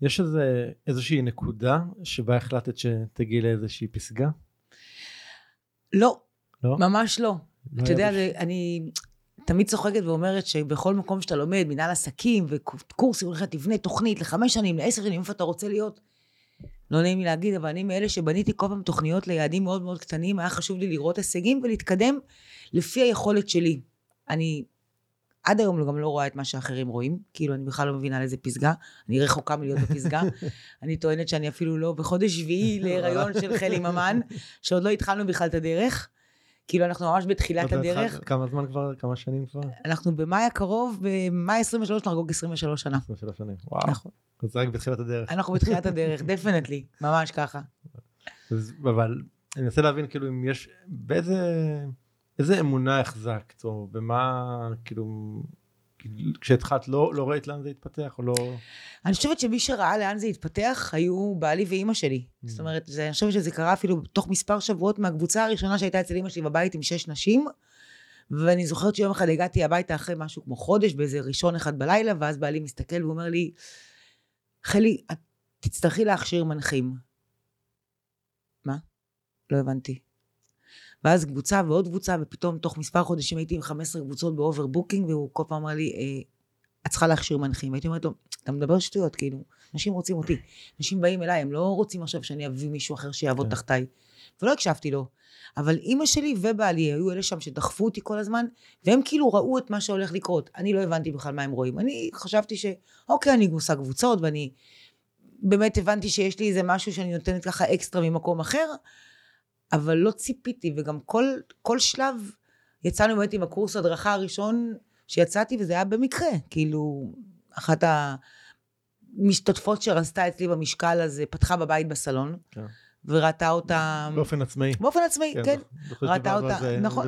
יש איזושהי נקודה שבה החלטת שתגיעי לאיזושהי פסגה? לא, לא? ממש לא. אתה יודע, אני תמיד צוחקת ואומרת שבכל מקום שאתה לומד, מנהל עסקים וקורסים, הולכת תבנה תוכנית ל5 שנים, ל10 שנים, איפה אתה רוצה להיות? לא נעים לי להגיד, אבל אני מאלה שבניתי כל פעם תוכניות ליעדים מאוד מאוד קטנים, היה חשוב לי לראות הישגים ולהתקדם לפי היכולת שלי. אני עד היום גם לא רואה את מה שאחרים רואים, כאילו אני בכלל לא מבינה על איזה פסגה, אני רחוקה מלהיות בפסגה, אני טוענת שאני אפילו לא בחודש שביעי להיריון של חלי ממן, שעוד לא התחלנו בכלל את הדרך, כאילו אנחנו ממש בתחילת הדרך. כמה זמן כבר, כמה שנים כבר? אנחנו במאי הקרוב, במאי 23 נחגוג 23 שנה. 23 שנים, וואו. נכון. זה רק בתחילת הדרך. אנחנו בתחילת הדרך, דפנטלי, ממש ככה. אבל אני מנסה להבין כאילו אם יש, איזה אמונה החזקת, או במה, כאילו, כשהתחלת לא ראית לאן זה התפתח, או לא... אני חושבת שמי שראה לאן זה התפתח, היו בעלי ואימא שלי. זאת אומרת, אני חושבת שזה קרה אפילו תוך מספר שבועות מהקבוצה הראשונה שהייתה אצל אימא שלי בבית עם 6 נשים, ואני זוכרת שיום אחד הגעתי הביתה אחרי משהו כמו חודש, באיזה ראשון אחד בלילה, ואז בעלי מסתכל ואומר לי, חלי, את תצטרכי להכשיר מנחים. מה? לא הבנתי. ואז קבוצה ועוד קבוצה, ופתאום תוך מספר חודשים הייתי עם 15 קבוצות באוברבוקינג, והוא כל פעם אמר לי, את צריכה להכשיר מנחים. והייתי אומרת לו, אתה מדבר שטויות, כאילו, אנשים רוצים אותי. אנשים באים אליי, הם לא רוצים עכשיו שאני אביא מישהו אחר שיעבוד תחתיי. ולא הקשבתי לו. אבל אמא שלי ובעלי היו אלה שם שדחפו אותי כל הזמן, והם כאילו ראו את מה שהולך לקרות. אני לא הבנתי בכלל מה הם רואים. אני חשבתי אוקיי, אני עושה קבוצות, ואני באמת הבנתי שיש לי איזה משהו שאני נותנת ככה אקסטרה ממקום אחר, אבל לא ציפיתי, וגם כל שלב יצאנו באמת עם הקורס הדרכה הראשון שיצאתי, וזה היה במקרה, כאילו, אחת המשתתפות שרצתה אצלי במשקל הזה, פתחה בבית בסלון, וראתה אותה... באופן עצמאי. באופן עצמאי, כן. ראתה אותה, נכון,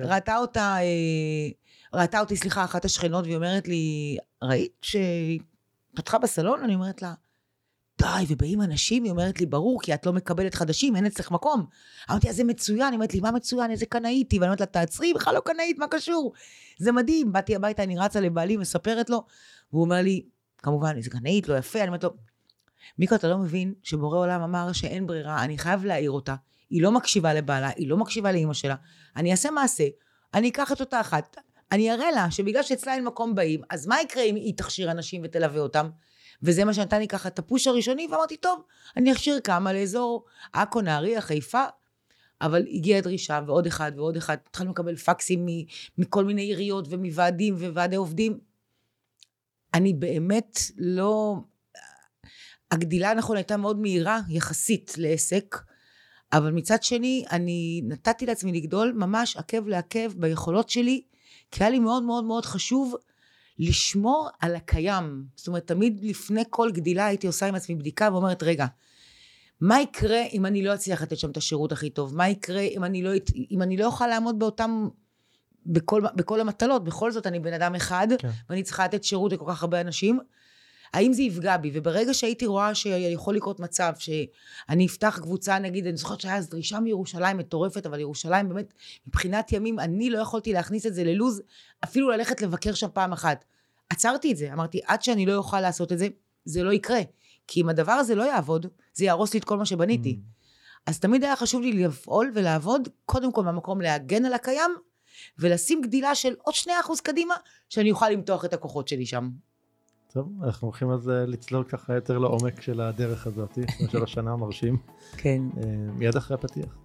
ראתה אותי, סליחה, אחת השכנות, והיא אומרת לי, ראית שפתחה בסלון? אני אומרת לה, די, ובאים אנשים, היא אומרת לי, ברור, כי את לא מקבלת חדשים, אין אצלך מקום. אמרתי, אז זה מצוין, היא אומרת לי, מה מצוין, איזה קנאיתי, ואני אומרת לה, תעצרי, בכלל לא קנאית, מה קשור? זה מדהים, באתי הביתה, אני רצה לבעלי, מספרת לו, והוא אומר לי, כמובן, איזה קנאית, לא יפה, אני אומרת לו, מיקו, אתה לא מבין שבורא עולם אמר שאין ברירה, אני חייב להעיר אותה, היא לא מקשיבה לבעלה, היא לא מקשיבה לאמא שלה, אני אעשה מעשה, אני אקח את אותה אחת, אני אראה לה שבגלל שאצלה אין מקום באים, אז מה יקרה אם היא תכשיר אנשים ותלווה אותם? וזה מה שנתן לי ככה את הפוש הראשוני, ואמרתי, טוב, אני אכשיר כמה לאזור עכו, נהריה, חיפה, אבל הגיעה דרישה, ועוד אחד ועוד אחד, התחלנו לקבל פקסים מכל מיני עיריות, ומוועדים וועדי עובדים. אני באמת לא... הגדילה, נכון, הייתה מאוד מהירה, יחסית לעסק, אבל מצד שני, אני נתתי לעצמי לגדול, ממש עקב לעקב ביכולות שלי, כי היה לי מאוד מאוד מאוד חשוב, לשמור על הקיים. זאת אומרת, תמיד לפני כל גדילה הייתי עושה עם עצמי בדיקה ואומרת, רגע, מה יקרה אם אני לא אצליח לתת שם את השירות הכי טוב? מה יקרה אם אני לא אוכל לעמוד באותם, בכל המטלות? בכל זאת אני בן אדם אחד, ואני צריכה לתת שירות לכל כך הרבה אנשים. האם זה יפגע בי? וברגע שהייתי רואה שיכול לקרות מצב, שאני אפתח קבוצה, נגיד, אני זוכרת שהיה אז דרישה מירושלים מטורפת, אבל ירושלים באמת, מבחינת ימים, אני לא יכולתי להכניס את זה ללוז, אפילו ללכת לבקר שם פעם אחת. עצרתי את זה, אמרתי, עד שאני לא אוכל לעשות את זה, זה לא יקרה. כי אם הדבר הזה לא יעבוד, זה יהרוס לי את כל מה שבניתי. אז תמיד היה חשוב לי לפעול ולעבוד, קודם כל במקום להגן על הקיים, ולשים גדילה של עוד 2% קדימה, שאני אוכל למתוח את הכוחות שלי שם. טוב, אנחנו הולכים אז לצלול ככה יותר לעומק של הדרך הזאת, של השנה המרשים. כן. מיד אחרי הפתיח.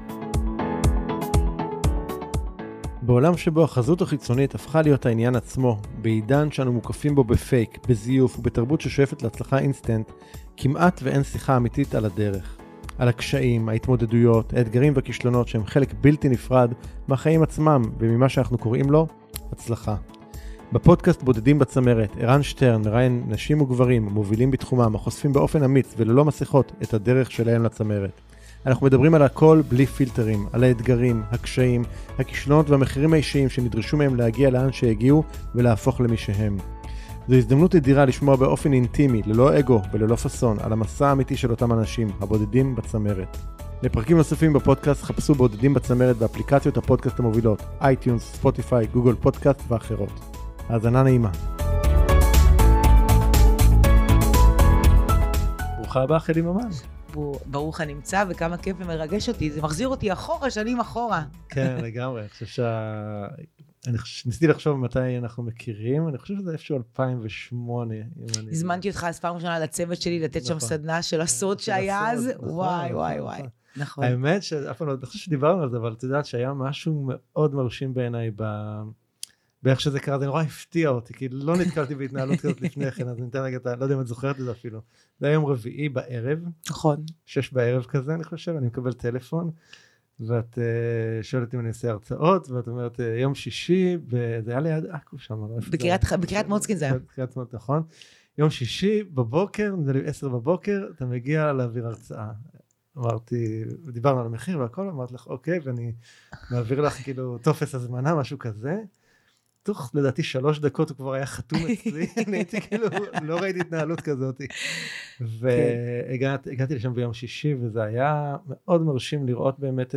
בעולם שבו החזות החיצונית הפכה להיות העניין עצמו, בעידן שאנו מוקפים בו בפייק, בזיוף ובתרבות ששואפת להצלחה אינסטנט, כמעט ואין שיחה אמיתית על הדרך. על הקשיים, ההתמודדויות, האתגרים והכישלונות שהם חלק בלתי נפרד מהחיים עצמם וממה שאנחנו קוראים לו הצלחה. בפודקאסט בודדים בצמרת, ערן שטרן מראיין נשים וגברים מובילים בתחומם, החושפים באופן אמיץ וללא מסכות את הדרך שלהם לצמרת. אנחנו מדברים על הכל בלי פילטרים, על האתגרים, הקשיים, הכישלונות והמחירים האישיים שנדרשו מהם להגיע לאן שהגיעו ולהפוך למי שהם. זו הזדמנות אדירה לשמוע באופן אינטימי, ללא אגו וללא פסון, על המסע האמיתי של אותם אנשים, הבודדים בצמרת. לפרקים נוספים בפודקאסט חפשו בודדים בצמרת באפליקציות הפודקאסט המובילות, iTunes, ספוטיפיי, גוגל פודקאסט ואחרות. האזנה נעימה. ברוכה הבאה, חלי ממן. ברוך הנמצא, וכמה כיף ומרגש אותי. זה מחזיר אותי אחורה, שנים אחורה. כן, לגמרי. אני חושב ניסיתי לחשוב מתי אנחנו מכירים, אני חושב שזה איפשהו 2008. הזמנתי אותך אז פעם ראשונה לצוות שלי, לתת שם סדנה של הסוד שהיה אז. וואי, וואי, וואי. נכון. האמת שאף פעם לא חושב שדיברנו על זה, אבל את יודעת שהיה משהו מאוד מרשים בעיניי באיך שזה קרה, זה נורא הפתיע אותי, כי לא נתקלתי בהתנהלות כזאת לפני כן, אז ניתן רגע, לא יודע אם את זוכרת את זה אפילו. זה היה יום רביעי בערב. נכון. 6 בערב כזה, אני חושב, אני מקבל טלפון, ואת שואלת אם אני עושה הרצאות, ואת אומרת, יום שישי, זה היה ליד עכו שם. בקריית מוצקין זה היה. בקריית מוצקין, נכון. יום שישי בבוקר, זה 10 בבוקר, אתה מגיע להעביר הרצאה. אמרתי, דיברנו על המחיר והכל, אמרתי לך, אוקיי, ואני מעביר לך כאילו טופס הזמנה, משהו כזה. תוך, לדעתי, 3 דקות הוא כבר היה חתום אצלי, אני הייתי כאילו, לא ראיתי התנהלות כזאת. והגעתי לשם ביום שישי, וזה היה מאוד מרשים לראות באמת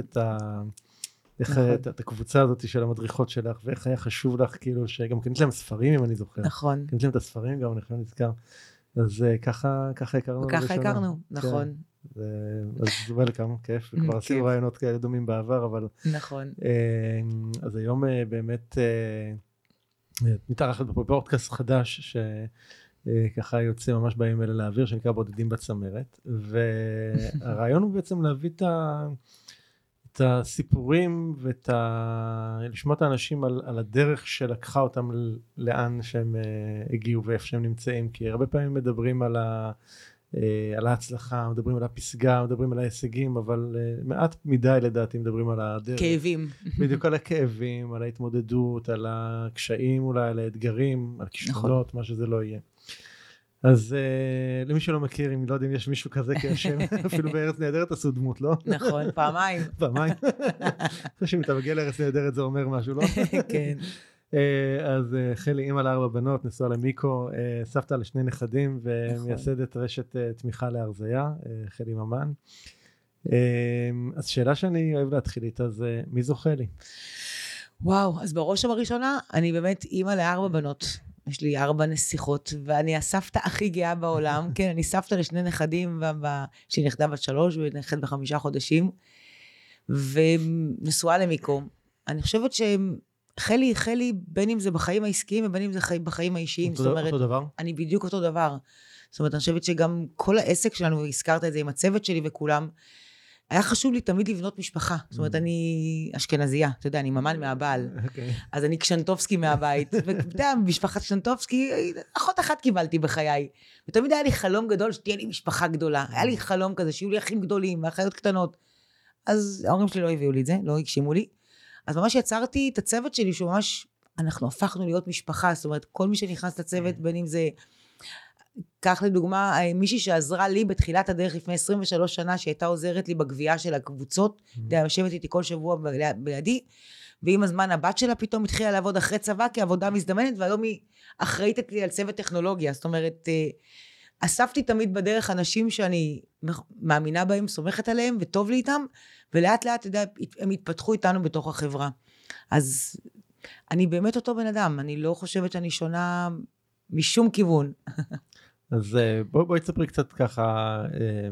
את הקבוצה הזאת של המדריכות שלך, ואיך היה חשוב לך, כאילו, שגם קנית להם ספרים, אם אני זוכר. נכון. קנית להם את הספרים, גם אני חושב נזכר. אז ככה הכרנו. וככה הכרנו, נכון. אז זה וולקאם, כיף, וכבר עשינו רעיונות כאלה דומים בעבר, אבל... נכון. אז היום באמת... מתארחת בפודקאסט חדש שככה יוצא ממש בימים אלה לאוויר, שנקרא בודדים בצמרת, והרעיון הוא בעצם להביא את הסיפורים לשמוע את האנשים על הדרך שלקחה אותם לאן שהם הגיעו ואיפה שהם נמצאים, כי הרבה פעמים מדברים על ההצלחה, מדברים על הפסגה, מדברים על ההישגים, אבל מעט מדי לדעתי מדברים על הדרך. כאבים. בדיוק על הכאבים, על ההתמודדות, על הקשיים אולי, על האתגרים, על כישלונות, מה שזה לא יהיה. אז למי שלא מכיר, אם לא יודע אם יש מישהו כזה כשם, אפילו בארץ נהדרת עשו דמות, לא? נכון, פעמיים. פעמיים. אני חושב שאם אתה מגיע לארץ נהדרת זה אומר משהו, לא? כן. אז חלי אימא ל4 בנות, נשואה למיקו, סבתא ל2 נכדים ומייסדת רשת תמיכה להרזיה, חלי ממן. אז שאלה שאני אוהב להתחיל איתה זה, מי זו חלי? וואו, אז בראש ובראשונה אני באמת אימא ל4 בנות. יש לי 4 נסיכות, ואני הסבתא הכי גאה בעולם. כן, אני סבתא ל2 נכדים, שהיא נכדה בת 3 ונכד ב5 חודשים, ונשואה למיקו. אני חושבת חלי, בין אם זה בחיים העסקיים, ובין אם זה בחיים האישיים. אותו דבר? אני בדיוק אותו דבר. זאת אומרת, אני חושבת שגם כל העסק שלנו, הזכרת את זה עם הצוות שלי וכולם, היה חשוב לי תמיד לבנות משפחה. זאת אומרת, אני אשכנזייה, אתה יודע, אני ממן מהבעל. אז אני קשנטובסקי מהבית. ואתה יודע, משפחת קשנטובסקי, אחות אחת קיבלתי בחיי. ותמיד היה לי חלום גדול שתהיה לי משפחה גדולה. היה לי חלום כזה, שיהיו לי אחים גדולים, ואחיות קטנות. אז ההורים שלי לא הביאו לי את זה, לא הגשימו לי. אז ממש יצרתי את הצוות שלי, שממש אנחנו הפכנו להיות משפחה. זאת אומרת, כל מי שנכנס לצוות, בין אם זה... כך לדוגמה, מישהי שעזרה לי בתחילת הדרך לפני 23 שנה, שהייתה עוזרת לי בגבייה של הקבוצות, יושבת איתי כל שבוע בידי, ועם הזמן הבת שלה פתאום התחילה לעבוד אחרי צבא, כעבודה מזדמנת, והיום היא אחראית לי על צוות טכנולוגיה. זאת אומרת, אספתי תמיד בדרך אנשים שאני מאמינה בהם, סומכת עליהם, וטוב לי איתם, ולאט לאט, אתה יודע, הם התפתחו איתנו בתוך החברה. אז אני באמת אותו בן אדם, אני לא חושבת שאני שונה משום כיוון. אז בואי תספרי קצת ככה,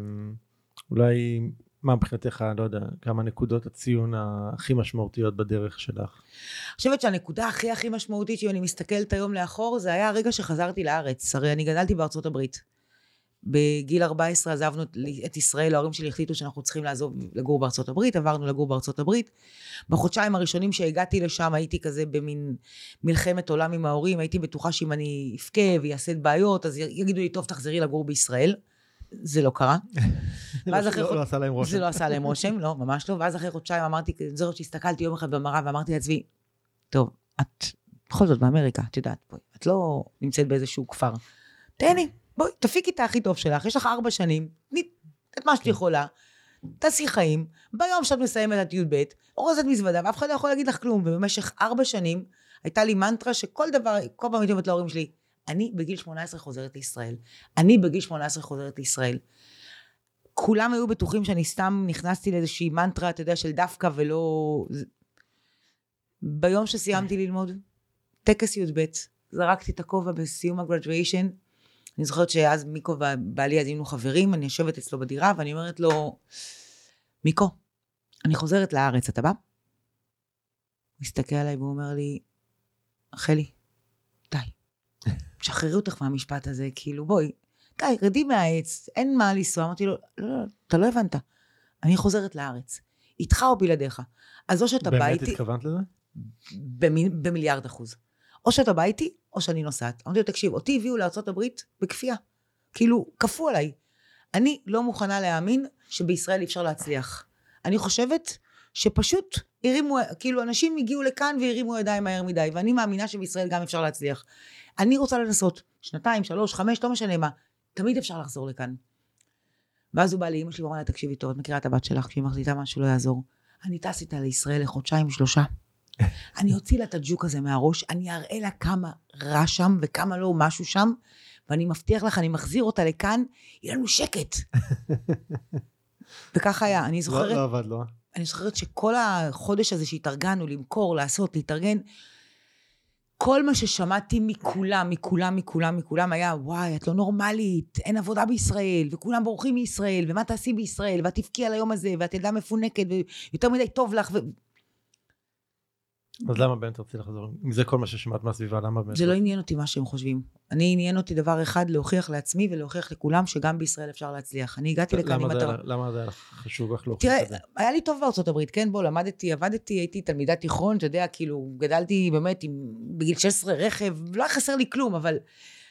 אולי מה מבחינתך, לא יודע, כמה נקודות הציון הכי משמעותיות בדרך שלך? אני חושבת שהנקודה הכי משמעותית, שאם אני מסתכלת היום לאחור, זה היה הרגע שחזרתי לארץ. הרי אני גדלתי בארצות הברית. בגיל 14 עזבנו את ישראל, ההורים שלי החליטו שאנחנו צריכים לעזוב לגור בארצות הברית, עברנו לגור בארצות הברית. בחודשיים הראשונים שהגעתי לשם, הייתי כזה במין מלחמת עולם עם ההורים, הייתי בטוחה שאם אני אפקה ויעשה בעיות, אז יגידו לי, טוב, תחזרי לגור בישראל. זה לא קרה. לא עשה להם רושם. זה לא עשה להם רושם, לא, ממש לא. ואז אחרי חודשיים אמרתי, זהו, שהסתכלתי יום אחד במראה, ואמרתי לעצמי, טוב, את בכל זאת באמריקה, את יודעת, בואי, את לא נמצאת באיזשהו כפר. תהני, בואי, תפיקי את הכי טוב שלך, יש לך 4 שנים, תני את מה שאת יכולה, תעשי חיים, ביום שאת מסיימת את י"ב, אורזת מזוודה, ואף אחד לא יכול להגיד לך כלום, ובמשך 4 שנים, הייתה לי מנטרה שכל דבר, כל פעם הייתי אומרת להורים שלי, אני בגיל 18 חוזרת לישראל, אני בגיל 18 חוזרת לישראל. כולם היו בטוחים שאני סתם נכנסתי לאיזושהי מנטרה, אתה יודע, של דווקא ולא... ביום שסיימתי ללמוד, טקס י"ב, זרקתי את הכובע בסיום הגרדואיישן, אני זוכרת שאז מיקו ובעלי, אז היינו חברים, אני יושבת אצלו בדירה, ואני אומרת לו, מיקו, אני חוזרת לארץ, אתה בא? הוא מסתכל עליי והוא אומר לי, חלי, די, שחררי אותך מהמשפט הזה, כאילו בואי, די, רדי מהעץ, אין מה לנסוע. אמרתי לו, לא, אתה לא הבנת, אני חוזרת לארץ, איתך או בלעדיך. אז או שאתה בא איתי... באמת התכוונת לזה? ב1,000,000,000%. או שאתה בא איתי, או שאני נוסעת. אמרתי לו, תקשיב, אותי הביאו לארצות הברית בכפייה. כאילו, כפו עליי. אני לא מוכנה להאמין שבישראל אפשר להצליח. אני חושבת שפשוט הרימו, כאילו, אנשים הגיעו לכאן והרימו ידיים מהר מדי, ואני מאמינה שבישראל גם אפשר להצליח. אני רוצה לנסות 2, 3, 5, לא משנה מה. תמיד אפשר לחזור לכאן. ואז הוא בא לאמא שלי ואומר לה, תקשיבי טוב, את מכירה את הבת שלך, כשהיא מחליטה משהו לא יעזור. אני טס איתה לישראל לחודשיים, 3. אני אוציא לה את הג'וק הזה מהראש, אני אראה לה כמה רע שם וכמה לא משהו שם, ואני מבטיח לך, אני מחזיר אותה לכאן, יהיה לנו שקט. וכך היה, אני זוכרת... לא עבד, לא. אני זוכרת שכל החודש הזה שהתארגנו, למכור, לעשות, להתארגן, כל מה ששמעתי מכולם היה, וואי, את לא נורמלית, אין עבודה בישראל, וכולם בורחים מישראל, ומה תעשי בישראל, ואת תבכי על היום הזה, ואת ילדה מפונקת, ויותר מדי טוב לך, אז למה באמת רציתי לחזור? אם זה כל מה ששמעת מהסביבה, למה באמת? זה לא עניין אותי מה שהם חושבים. אני עניין אותי דבר אחד, להוכיח לעצמי ולהוכיח לכולם שגם בישראל אפשר להצליח. אני הגעתי לכאן עם מטרה. למה זה חשוב לך להוכיח את זה? תראה, היה לי טוב בארצות הברית, כן? בוא, למדתי, עבדתי, הייתי תלמידת תיכון, אתה יודע, כאילו, גדלתי באמת בגיל 16 רכב, לא היה חסר לי כלום, אבל...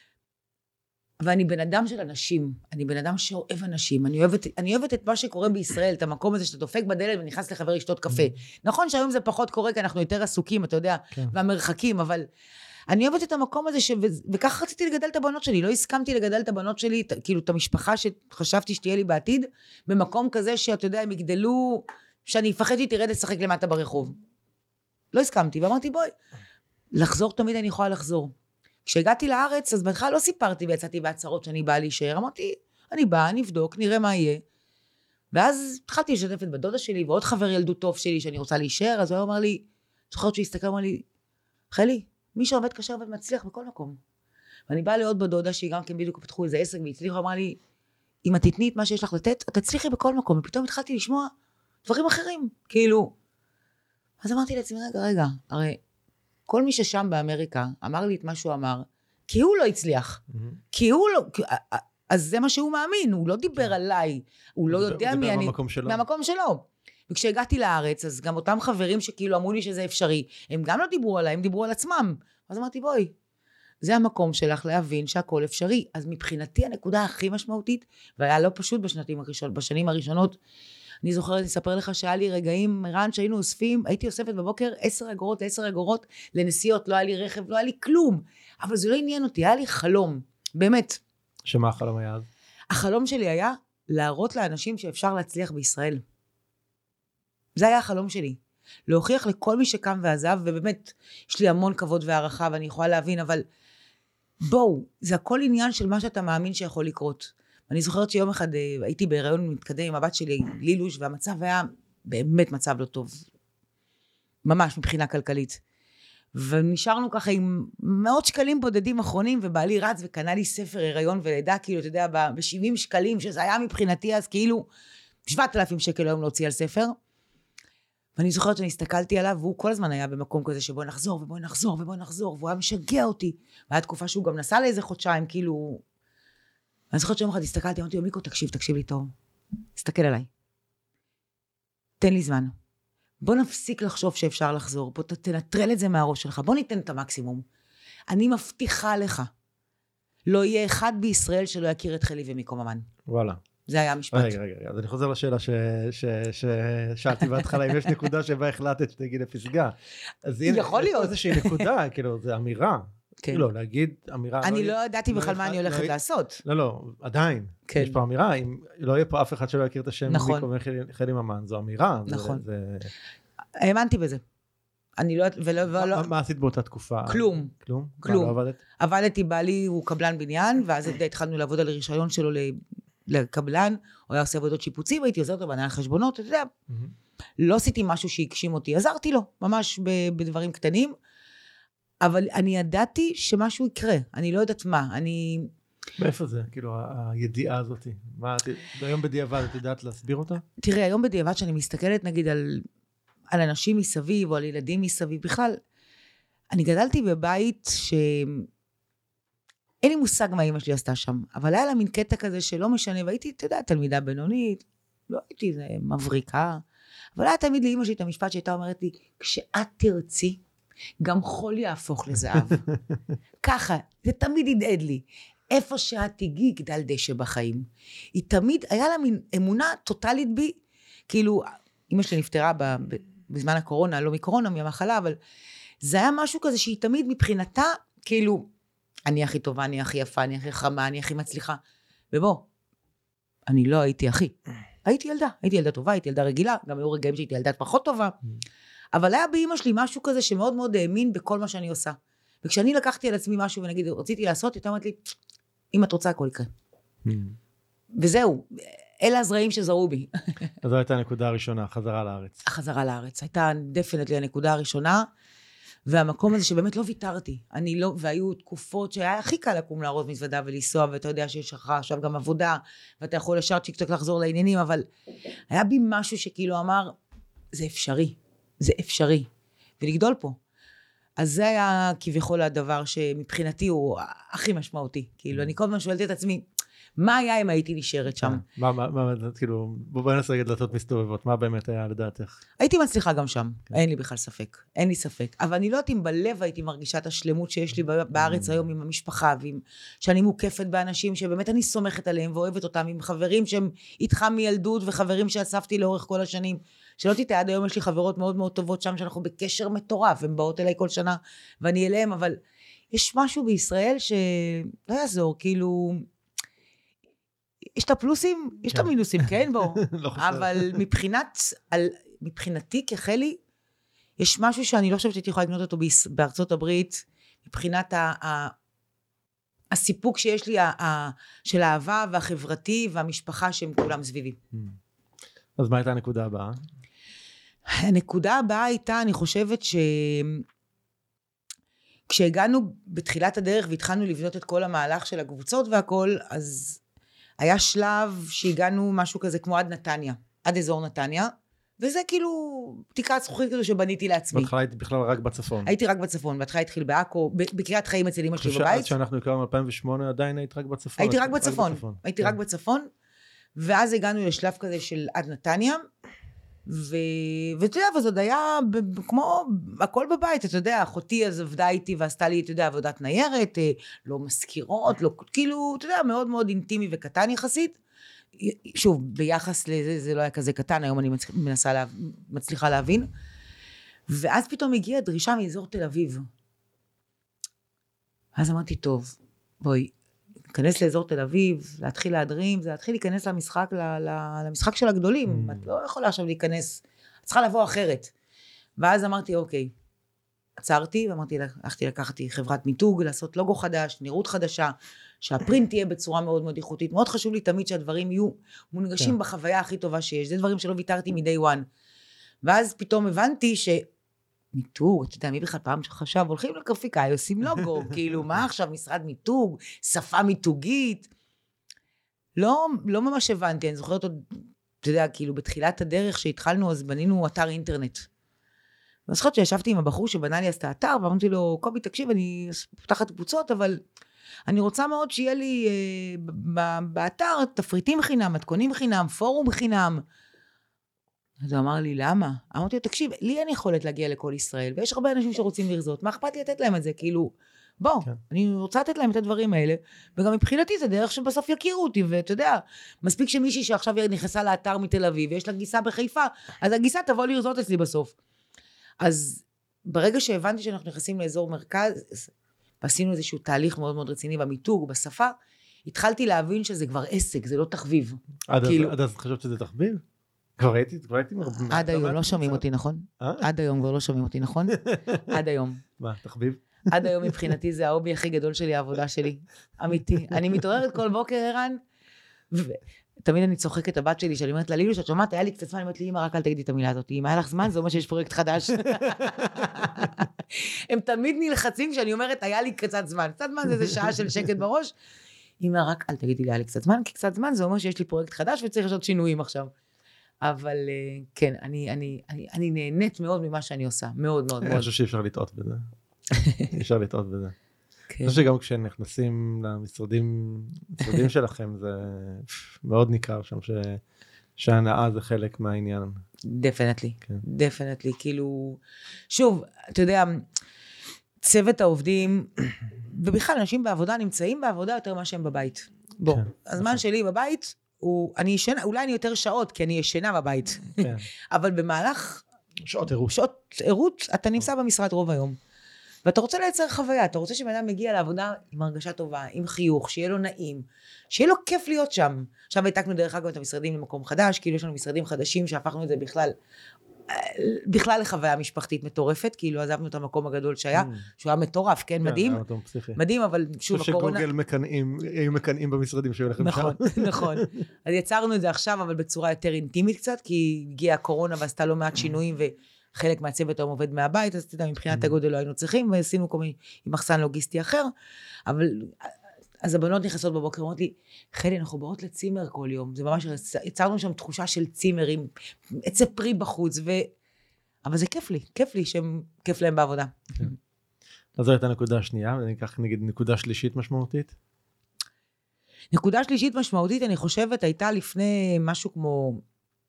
ואני בן אדם של אנשים, אני בן אדם שאוהב אנשים, אני אוהבת את מה שקורה בישראל, את המקום הזה שאתה דופק בדלת ונכנס לחבר לשתות קפה. נכון שהיום זה פחות קורה, כי אנחנו יותר עסוקים, אתה יודע, והמרחקים, אבל אני אוהבת את המקום הזה, וכך רציתי לגדל את הבנות שלי, לא הסכמתי לגדל את הבנות שלי, כאילו את המשפחה שחשבתי שתהיה לי בעתיד, במקום כזה שאתה יודע, הם יגדלו, שאני אפחדתי תרד לשחק למטה ברחוב. לא הסכמתי, ואמרתי בואי, לחזור תמיד אני יכולה לחזור. כשהגעתי לארץ, אז בהתחלה לא סיפרתי ויצאתי בהצהרות שאני באה להישאר, אמרתי, אני באה, נבדוק, נראה מה יהיה. ואז התחלתי לשתף את בדודה שלי, ועוד חבר ילדות טוב שלי שאני רוצה להישאר, אז הוא אמר לי, זוכרת שהסתכל, אמר לי, חלי, מי שעובד קשר עובד מצליח בכל מקום. ואני באה לעוד בדודה, שהיא גם כן בדיוק פתחו איזה עסק, והצליחו, אמר לי, אם את תתני את מה שיש לך לתת, את תצליחי בכל מקום, ופתאום התחלתי לשמוע דברים אחרים, כאילו. אז אמרתי לעצמי, רגע, הרי כל מי ששם באמריקה אמר לי את מה שהוא אמר, כי הוא לא הצליח. כי הוא לא... אז זה מה שהוא מאמין, הוא לא דיבר עליי, הוא לא יודע מי אני... מהמקום שלו. וכשהגעתי לארץ, אז גם אותם חברים שכאילו אמרו לי שזה אפשרי, הם גם לא דיברו עליי, הם דיברו על עצמם. אז אמרתי, בואי, זה המקום שלך להבין שהכל אפשרי. אז מבחינתי הנקודה הכי משמעותית, והיה לא פשוט בשנים הראשונות, אני זוכרת, אספר לך שהיה לי רגעים, רן, שהיינו אוספים, הייתי אוספת בבוקר 10 אגורות, 10 אגורות לנסיעות, לא היה לי רכב, לא היה לי כלום. אבל זה לא עניין אותי, היה לי חלום, באמת. שמה החלום היה אז? החלום שלי היה להראות לאנשים שאפשר להצליח בישראל. זה היה החלום שלי. להוכיח לכל מי שקם ועזב, ובאמת, יש לי המון כבוד והערכה, ואני יכולה להבין, אבל בואו, זה הכל עניין של מה שאתה מאמין שיכול לקרות. אני זוכרת שיום אחד הייתי בהיריון מתקדם עם הבת שלי, לילוש, והמצב היה באמת מצב לא טוב. ממש מבחינה כלכלית. ונשארנו ככה עם מאות שקלים בודדים אחרונים, ובעלי רץ וקנה לי ספר הריון ולידה, כאילו, אתה יודע, ב-70 שקלים, שזה היה מבחינתי אז כאילו 7,000 שקל היום להוציא על ספר. ואני זוכרת שאני הסתכלתי עליו, והוא כל הזמן היה במקום כזה שבוא נחזור, ובוא נחזור, ובוא נחזור, והוא היה משגע אותי. והיה תקופה שהוא גם נסע לאיזה חודשיים, כאילו... אני זוכרת שיום אחד הסתכלתי, אמרתי לו, מיקו, תקשיב לי טוב. תסתכל עליי. תן לי זמן. בוא נפסיק לחשוב שאפשר לחזור. בוא תנטרל את זה מהראש שלך. בוא ניתן את המקסימום. אני מבטיחה לך. לא יהיה אחד בישראל שלא יכיר את חלי ומיקו ממן. וואלה. זה היה המשפט. רגע. אז אני חוזר לשאלה ששאלתי בהתחלה, אם יש נקודה שבה החלטת שתגיד לפסגה. יכול להיות. איזושהי נקודה, כאילו, זה אמירה. כאילו, להגיד אמירה... אני לא ידעתי בכלל מה אני הולכת לעשות. לא, עדיין. יש פה אמירה, אם לא יהיה פה אף אחד שלא יכיר את השם מיקו וחלי ממן, זו אמירה. נכון. האמנתי בזה. אני לא... מה עשית באותה תקופה? כלום. כלום? כלום. עבדתי, בעלי הוא קבלן בניין, ואז התחלנו לעבוד על הרישיון שלו לקבלן, הוא היה עושה עבודות שיפוצים, הייתי עוזרת לו בנהל חשבונות, אתה יודע. לא עשיתי משהו שהגשים אותי, עזרתי לו, ממש בדברים קטנים, אבל אני ידעתי שמשהו יקרה, אני לא יודעת מה, מאיפה זה? כאילו, הידיעה הזאת. היום בדיעבד, את יודעת להסביר אותה? תראה, היום בדיעבד שאני מסתכלת, נגיד, על אנשים מסביב, או על ילדים מסביב, בכלל, אני גדלתי בבית אין לי מושג מה אמא שלי עשתה שם, אבל היה לה מין קטע כזה שלא משנה, והייתי, אתה יודע, תלמידה בינונית, לא הייתי מבריקה, אבל היה תמיד לאמא שלי את המשפט שהייתה אומרת לי, כשאת תרצי, גם חול יהפוך לזהב. ככה, זה תמיד ידעד לי. איפה שאת תגיעי, יגדל דשא בחיים. היא תמיד, היה לה מין אמונה טוטלית בי, כאילו, אמא שלי נפטרה בזמן הקורונה, לא מקורונה, מהמחלה, אבל זה היה משהו כזה שהיא תמיד מבחינתה, כאילו, אני הכי טובה, אני הכי יפה, אני הכי חמה, אני הכי מצליחה. ובוא, אני לא הייתי הכי. הייתי ילדה טובה, הייתי ילדה רגילה, גם היו רגעים שהייתי ילדה פחות טובה, אבל היה באמא שלי משהו כזה שמאוד מאוד האמין בכל מה שאני עושה. וכשאני לקחתי על עצמי משהו ונגיד, רציתי לעשות, היא אמרת לי, אם את רוצה, הכל יקרה. וזהו, אלה הזרעים שזרו בי. אז זו הייתה הנקודה הראשונה, החזרה לארץ. החזרה לארץ, הייתה דפנטלי הנקודה הראשונה, והמקום הזה שבאמת לא ויתרתי, והיו תקופות שהיה הכי קל לקום לארוז מזוודה ולנסוע, ואתה יודע שיש לך עכשיו גם עבודה, ואתה יכול ישר צ'יק-צ'ק לחזור לעניינים, אבל היה בי משהו שכאילו אמר, זה אפשרי, ולגדול פה. אז זה היה כביכול הדבר שמבחינתי הוא הכי משמעותי, כאילו אני כל הזמן שואלת את עצמי, מה היה אם הייתי נשארת שם? כאילו, בואי נעשה רגע דלתות מסתובבות, מה באמת היה לדעתך? הייתי מצליחה גם שם, אין לי בכלל ספק, אין לי ספק, אבל אני לא יודעת אם בלב הייתי מרגישה את השלמות שיש לי בארץ היום עם המשפחה, שאני מוקפת באנשים שבאמת אני סומכת עליהם ואוהבת אותם, עם חברים שהם איתך מילדות וחברים שאספתי לאורך כל השנים, שלא תטעה, עד היום יש לי חברות מאוד מאוד טובות שם, שאנחנו בקשר מטורף, הן באות אליי כל שנה ואני אליהם, אבל יש משהו בישראל שלא יעזור, כאילו יש את הפלוסים, יש את המינוסים, כן בו, אבל מבחינתי כחלי, יש משהו שאני לא חושבת שהייתי יכולה לקנות אותו בארצות הברית, מבחינת הסיפוק שיש לי, של האהבה והחברתי והמשפחה שהם כולם סביבי. אז מה הייתה הנקודה הבאה? הנקודה הבאה הייתה, אני חושבת כשהגענו בתחילת הדרך והתחלנו לבנות את כל המהלך של הקבוצות והכל, אז היה שלב שהגענו משהו כזה כמו עד נתניה, עד אזור נתניה, וזה כאילו תקרת זכוכית כזו שבניתי לעצמי. בהתחלה הייתי בכלל רק בצפון. הייתי רק בצפון, בהתחלה התחיל בעכו, בקריית חיים אצל אמא שלי בבית. כשאנחנו הכרנו 2008 עדיין היית רק בצפון. הייתי רק בצפון, ואז הגענו לשלב כזה של עד נתניה, ואתה יודע, וזה עוד היה כמו הכל בבית, אתה יודע, אחותי אז עבדה איתי ועשתה לי, אתה יודע, עבודת ניירת, לא מזכירות, לא, כאילו, אתה יודע, מאוד מאוד אינטימי וקטן יחסית, שוב, ביחס לזה, זה לא היה כזה קטן, היום אני מצליחה להבין, ואז פתאום הגיעה דרישה מאזור תל אביב, אז אמרתי, טוב, בואי, להיכנס לאזור תל אביב, להתחיל להדרים, זה להתחיל להיכנס למשחק של הגדולים, את לא יכולה עכשיו להיכנס, את צריכה לבוא אחרת. ואז אמרתי, אוקיי, עצרתי, ואמרתי, לקחתי חברת מיתוג, לעשות לוגו חדש, נראות חדשה, שהפרינט תהיה בצורה מאוד מאוד איכותית, מאוד חשוב לי תמיד שהדברים יהיו מונגשים בחוויה הכי טובה שיש, זה דברים שלא ויתרתי מ-day one. ואז פתאום הבנתי מיתוג, אתה יודע, מי בכלל פעם שחשב, הולכים לקרפיקאי, עושים לוגו, כאילו, מה עכשיו, משרד מיתוג, שפה מיתוגית, לא ממש הבנתי, אני זוכרת עוד, אתה יודע, כאילו, בתחילת הדרך שהתחלנו, אז בנינו אתר אינטרנט. ואני זוכרת שישבתי עם הבחור שבנה לי את האתר, ואמרתי לו, קובי, תקשיב, אני פותחת קבוצות, אבל אני רוצה מאוד שיהיה לי באתר תפריטים חינם, מתכונים חינם, פורום חינם, אז הוא אמר לי, למה? אמרתי לו, תקשיב, לי אין יכולת להגיע לכל ישראל, ויש הרבה אנשים שרוצים לרזות, מה אכפת לי לתת להם את זה? כאילו, בוא, אני רוצה לתת להם את הדברים האלה, וגם מבחינתי זה דרך שבסוף יכירו אותי, ואתה יודע, מספיק שמישהי שעכשיו נכנסה לאתר מתל אביב, ויש לה גיסה בחיפה, אז הגיסה תבוא לרזות אצלי בסוף. אז ברגע שהבנתי שאנחנו נכנסים לאזור מרכז, ועשינו איזשהו תהליך מאוד מאוד רציני במיתוג, בשפה, התחלתי להבין שזה כבר עסק, זה לא תחביב. עד אז חשבת שזה תחביב? כבר הייתי עד היום לא שומעים אותי, נכון? עד היום כבר לא שומעים אותי, נכון? עד היום. מה, תחביב? עד היום מבחינתי זה ההובי הכי גדול שלי, העבודה שלי. אמיתי. אני מתעוררת כל בוקר, ערן, ותמיד אני צוחקת את הבת שלי, שאני אומרת לה, לילו, שאת שומעת, היה לי קצת זמן, אני אומרת לי, אמא, רק אל תגידי את המילה הזאת. אם היה לך זמן, זה אומר שיש פרויקט חדש. הם תמיד נלחצים כשאני אומרת, היה לי קצת זמן. קצת זמן זה שעה של שקט בראש. אמא, רק אל תגידי לי, היה לי קצת זמן, כי קצת זמן זה אומר שיש לי פרויקט חדש וצריך לעשות שינויים עכשיו. אבל כן, אני נהנית מאוד ממה שאני עושה, מאוד מאוד מאוד. אני חושב שאפשר לטעות בזה. אפשר לטעות בזה. כן. אני חושב שגם כשנכנסים למשרדים שלכם, זה מאוד ניכר שם שההנאה זה חלק מהעניין. דפנטלי, דפנטלי, כאילו, שוב, אתה יודע, צוות העובדים, ובכלל, אנשים בעבודה נמצאים בעבודה יותר מה שהם בבית. בוא, הזמן שלי בבית, אני ישנה, אולי אני יותר שעות, כי אני ישנה בבית. אבל במהלך שעות עירות. שעות עירות, אתה נמצא במשרד רוב היום. ואתה רוצה לייצר חוויה, אתה רוצה שבן אדם מגיע לעבודה עם הרגשה טובה, עם חיוך, שיהיה לו נעים, שיהיה לו כיף להיות שם. עכשיו העתקנו דרך אגב את המשרדים למקום חדש, כאילו יש לנו משרדים חדשים שהפכנו את זה בכלל לחוויה משפחתית מטורפת, כאילו עזבנו את המקום הגדול שהיה, שהוא היה מטורף, כן, מדהים. מדהים, אבל שוב, הקורונה... שגוגל היו מקנאים במשרדים שהיו לכם שם. נכון, נכון. אז יצרנו את זה עכשיו, אבל בצורה יותר אינטימית קצת, כי הגיעה הקורונה ועשתה לא מעט שינויים, וחלק מהצוות היום עובד מהבית, אז אתה יודע, מבחינת הגודל לא היינו צריכים, ועשינו כל מיני עם מחסן לוגיסטי אחר, אבל... אז הבנות נכנסות בבוקר, אומרות לי, חלי, אנחנו באות לצימר כל יום, זה ממש, יצרנו שם תחושה של צימרים, עצי פרי בחוץ, אבל זה כיף לי שהם כיף להם בעבודה. אז זו הייתה נקודה השנייה, ואני אקח נגיד נקודה שלישית משמעותית. נקודה שלישית משמעותית, אני חושבת, הייתה לפני משהו כמו,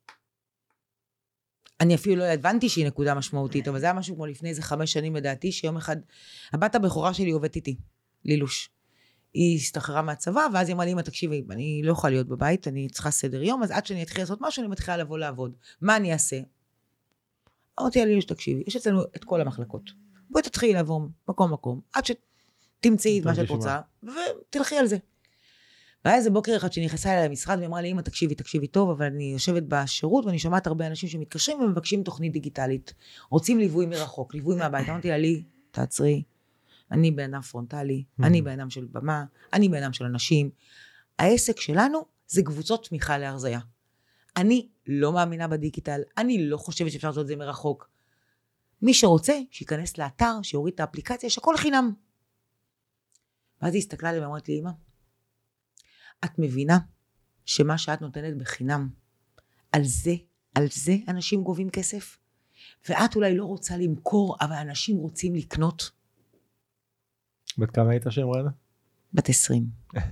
אני אפילו לא הבנתי שהיא נקודה משמעותית, אבל זה היה משהו כמו לפני איזה 5 שנים לדעתי, שיום אחד, הבת הבכורה שלי עובדת איתי, לילוש. היא הסתחררה מהצבא, ואז היא אמרה לי, אמא, תקשיבי, אני לא יכולה להיות בבית, אני צריכה סדר יום, אז עד שאני אתחיל לעשות משהו, אני מתחילה לבוא לעבוד. מה אני אעשה? אמרתי לי, תקשיבי, יש אצלנו את כל המחלקות. בואי תתחילי לעבור מקום, עד שתמצאי את מה שאת רוצה, ותלכי על זה. והיה איזה בוקר אחד שנכנסה אליי למשרד, והיא אמרה לי, אמא, תקשיבי טוב, אבל אני יושבת בשירות, ואני שומעת הרבה אנשים שמתקשרים ומבקשים תוכנית דיגיטלית. רוצים ליווי מרחוק, ליווי מהבית. אמרתי לה, לי, תעצרי. אני בן אדם פרונטלי, אני בן אדם של במה, אני בן אדם של אנשים. העסק שלנו זה קבוצות תמיכה להרזיה. אני לא מאמינה בדיגיטל, אני לא חושבת שאפשר לעשות את זה מרחוק. מי שרוצה, שיכנס לאתר, שיוריד את האפליקציה, שהכל חינם. ואז היא הסתכלה לי ואמרת לי, אמא, את מבינה שמה שאת נותנת בחינם, על זה אנשים גובים כסף? ואת אולי לא רוצה למכור, אבל אנשים רוצים לקנות. בת כמה היית שם רעדה? בת 20.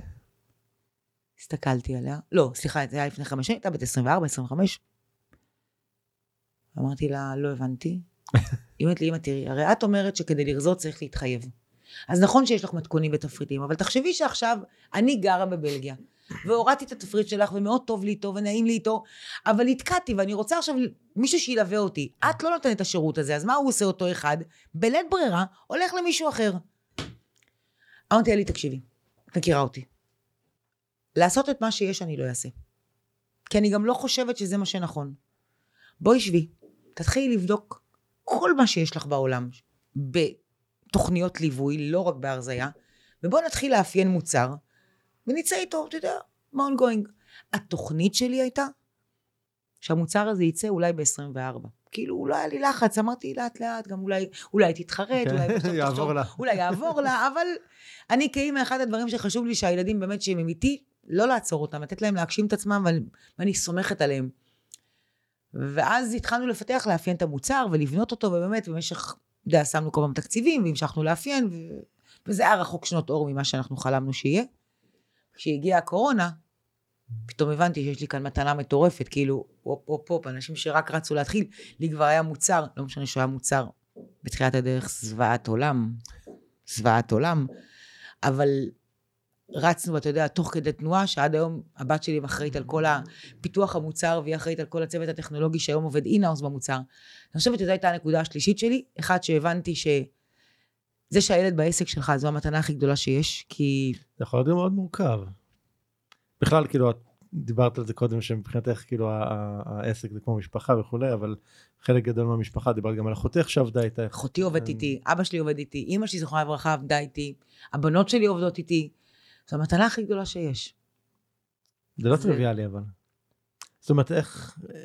הסתכלתי עליה. לא, סליחה, זה היה לפני 5 שנים, הייתה בת 24, 25. אמרתי לה, לא הבנתי. היא אומרת לי, אמא, תראי, הרי את אומרת שכדי לרזות צריך להתחייב. אז נכון שיש לך מתכונים ותפריטים, אבל תחשבי שעכשיו אני גרה בבלגיה, והורדתי את התפריט שלך, ומאוד טוב לי איתו, ונעים לי איתו, אבל התקעתי, ואני רוצה עכשיו מישהו שילווה אותי. את לא נותנת את השירות הזה, אז מה הוא עושה אותו אחד? בלית ברירה, הולך למישהו אחר. אמרתי לי, תקשיבי, את מכירה אותי. לעשות את מה שיש אני לא אעשה. כי אני גם לא חושבת שזה מה שנכון. בואי שבי, תתחילי לבדוק כל מה שיש לך בעולם, בתוכניות ליווי, לא רק בהרזיה, ובואי נתחיל לאפיין מוצר, ונצא איתו, אתה יודע, מה ongoing. התוכנית שלי הייתה, שהמוצר הזה יצא אולי ב-24. כאילו, לא היה לי לחץ, אמרתי לאט לאט, גם אולי תתחרט, אולי יעבור לה, אבל אני כאימא, אחד הדברים שחשוב לי שהילדים באמת שהם איתי, לא לעצור אותם, לתת להם להגשים את עצמם, ואני סומכת עליהם. ואז התחלנו לפתח, לאפיין את המוצר, ולבנות אותו, ובאמת, במשך, שמנו כל פעם תקציבים, והמשכנו לאפיין, וזה היה רחוק שנות אור ממה שאנחנו חלמנו שיהיה. כשהגיעה הקורונה, פתאום הבנתי שיש לי כאן מתנה מטורפת, כאילו, הופ, אנשים שרק רצו להתחיל, לי כבר היה מוצר, לא משנה שהוא היה מוצר, בתחילת הדרך זוועת עולם, אבל רצנו, ואתה יודע, תוך כדי תנועה, שעד היום הבת שלי אחראית על כל הפיתוח המוצר, והיא אחראית על כל הצוות הטכנולוגי, שהיום עובד אין-האוס במוצר. אני חושבת שזו הייתה הנקודה השלישית שלי, אחד שהבנתי שזה שהילד בעסק שלך, זו המתנה הכי גדולה שיש, כי... זה יכול להיות מאוד מורכב. בכלל, כאילו, את דיברת על זה קודם, שמבחינתך, כאילו, העסק זה כמו משפחה וכו', אבל חלק גדול מהמשפחה, דיברת גם על אחותך שעבדה איתה. אחותי עובדת איתי, אבא שלי עובד איתי, אמא שלי זכרה לברכה עבדה איתי, הבנות שלי עובדות איתי, זו המתנה הכי גדולה שיש. זה לא טריוויאלי, אבל. זאת אומרת,